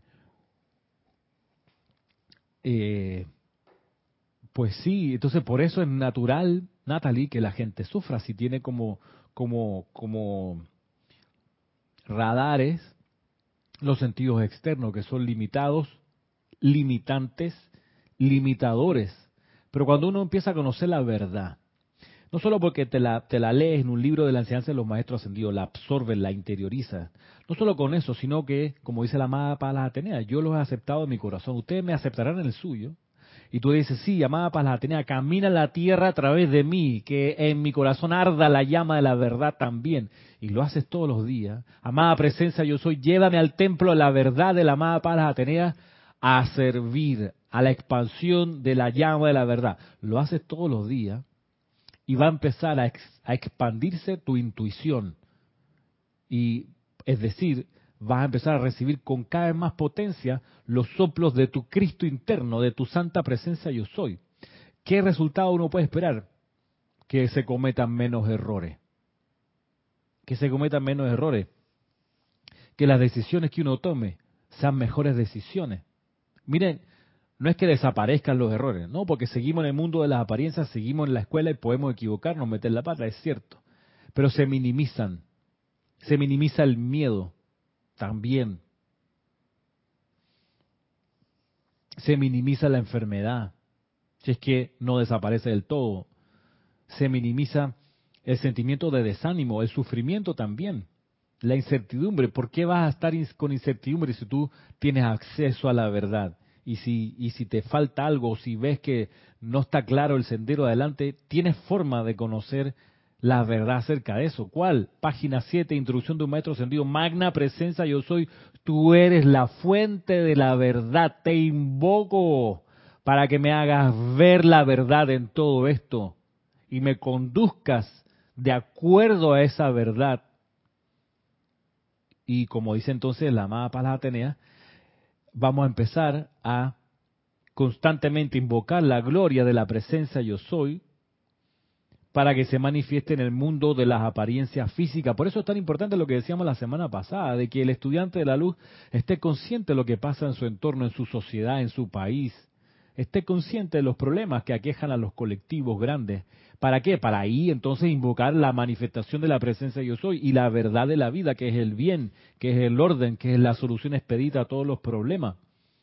Eh, pues sí, entonces por eso es natural, Natalie, que la gente sufra si tiene como, como, como radares los sentidos externos que son limitados, limitantes, limitadores. Pero cuando uno empieza a conocer la verdad, no solo porque te la, te la lees en un libro de la enseñanza de los maestros ascendidos, la absorbes, la interiorizas, no solo con eso, sino que, como dice la amada Palas Atenea, yo los he aceptado en mi corazón, ustedes me aceptarán en el suyo. Y tú dices, sí, amada Palas Atenea, camina la tierra a través de mí, que en mi corazón arda la llama de la verdad también. Y lo haces todos los días. Amada presencia, yo soy, llévame al templo de la verdad de la amada Palas Atenea a servir a la expansión de la llama de la verdad. Lo haces todos los días y va a empezar a, ex, a expandirse tu intuición. Y es decir, vas a empezar a recibir con cada vez más potencia los soplos de tu Cristo interno, de tu santa presencia yo soy. ¿Qué resultado uno puede esperar? Que se cometan menos errores. Que se cometan menos errores. Que las decisiones que uno tome sean mejores decisiones. Miren, no es que desaparezcan los errores, no, porque seguimos en el mundo de las apariencias, seguimos en la escuela y podemos equivocarnos, meter la pata, es cierto. Pero se minimizan, se minimiza el miedo también. Se minimiza la enfermedad, si es que no desaparece del todo. Se minimiza el sentimiento de desánimo, el sufrimiento también. La incertidumbre, ¿por qué vas a estar con incertidumbre si tú tienes acceso a la verdad? Y si, y si te falta algo, si ves que no está claro el sendero adelante, tienes forma de conocer la verdad acerca de eso. ¿Cuál? Página siete, Introducción de un Maestro Ascendido. Magna presencia yo soy, tú eres la fuente de la verdad. Te invoco para que me hagas ver la verdad en todo esto y me conduzcas de acuerdo a esa verdad. Y como dice entonces la amada Palas Atenea, vamos a empezar a constantemente invocar la gloria de la presencia yo soy para que se manifieste en el mundo de las apariencias físicas. Por eso es tan importante lo que decíamos la semana pasada, de que el estudiante de la luz esté consciente de lo que pasa en su entorno, en su sociedad, en su país. Esté consciente de los problemas que aquejan a los colectivos grandes. ¿Para qué? Para ahí entonces invocar la manifestación de la presencia yo soy y la verdad de la vida, que es el bien, que es el orden, que es la solución expedita a todos los problemas.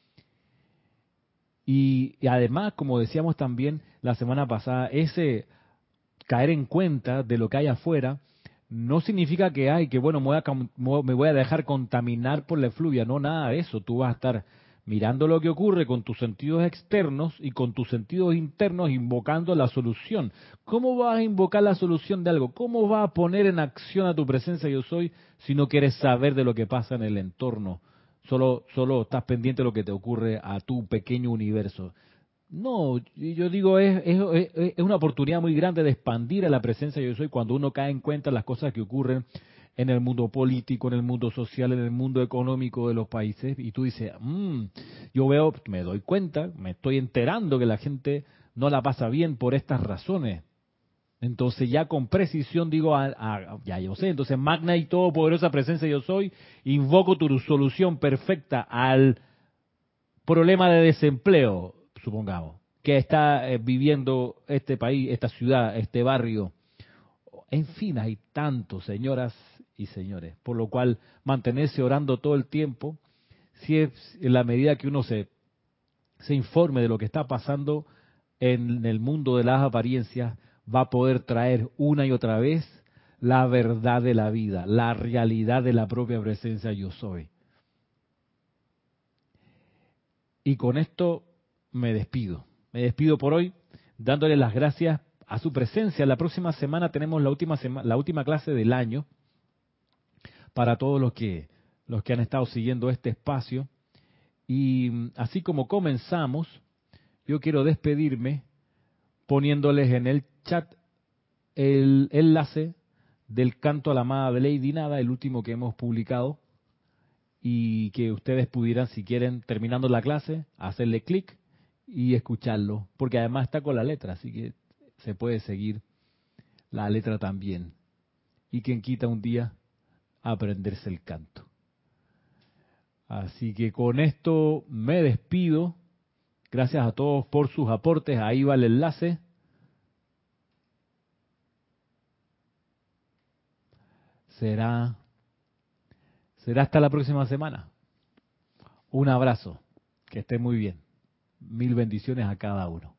Y, y además, como decíamos también la semana pasada, ese caer en cuenta de lo que hay afuera no significa que hay que bueno me voy, a, me voy a dejar contaminar por la efluvia, no, nada de eso. Tú vas a estar mirando lo que ocurre con tus sentidos externos y con tus sentidos internos invocando la solución. ¿Cómo vas a invocar la solución de algo? ¿Cómo vas a poner en acción a tu presencia yo soy si no quieres saber de lo que pasa en el entorno? Solo, solo estás pendiente de lo que te ocurre a tu pequeño universo. No, yo digo, es, es, es una oportunidad muy grande de expandir a la presencia yo soy cuando uno cae en cuenta las cosas que ocurren en el mundo político, en el mundo social, en el mundo económico de los países, y tú dices, mmm, yo veo, me doy cuenta, me estoy enterando que la gente no la pasa bien por estas razones. Entonces ya con precisión digo, a, a, ya yo sé, entonces magna y todopoderosa presencia yo soy, invoco tu solución perfecta al problema de desempleo, supongamos, que está eh, viviendo este país, esta ciudad, este barrio. En fin, hay tantos, señoras y señores, por lo cual mantenerse orando todo el tiempo, si es en la medida que uno se, se informe de lo que está pasando en el mundo de las apariencias, va a poder traer una y otra vez la verdad de la vida, la realidad de la propia presencia yo soy. Y con esto me despido. Me despido por hoy, dándole las gracias a su presencia. La próxima semana tenemos la última sema- la última clase del año para todos los que los que han estado siguiendo este espacio. Y mm, así como comenzamos, yo quiero despedirme poniéndoles en el chat el enlace del canto a la amada de Lady Nada, el último que hemos publicado, y que ustedes pudieran, si quieren, terminando la clase, hacerle clic y escucharlo, porque además está con la letra, así que se puede seguir la letra también. Y quien quita un día aprenderse el canto. Así que con esto me despido. Gracias a todos por sus aportes. Ahí va el enlace. Será, será hasta la próxima semana. Un abrazo. Que esté muy bien. Mil bendiciones a cada uno.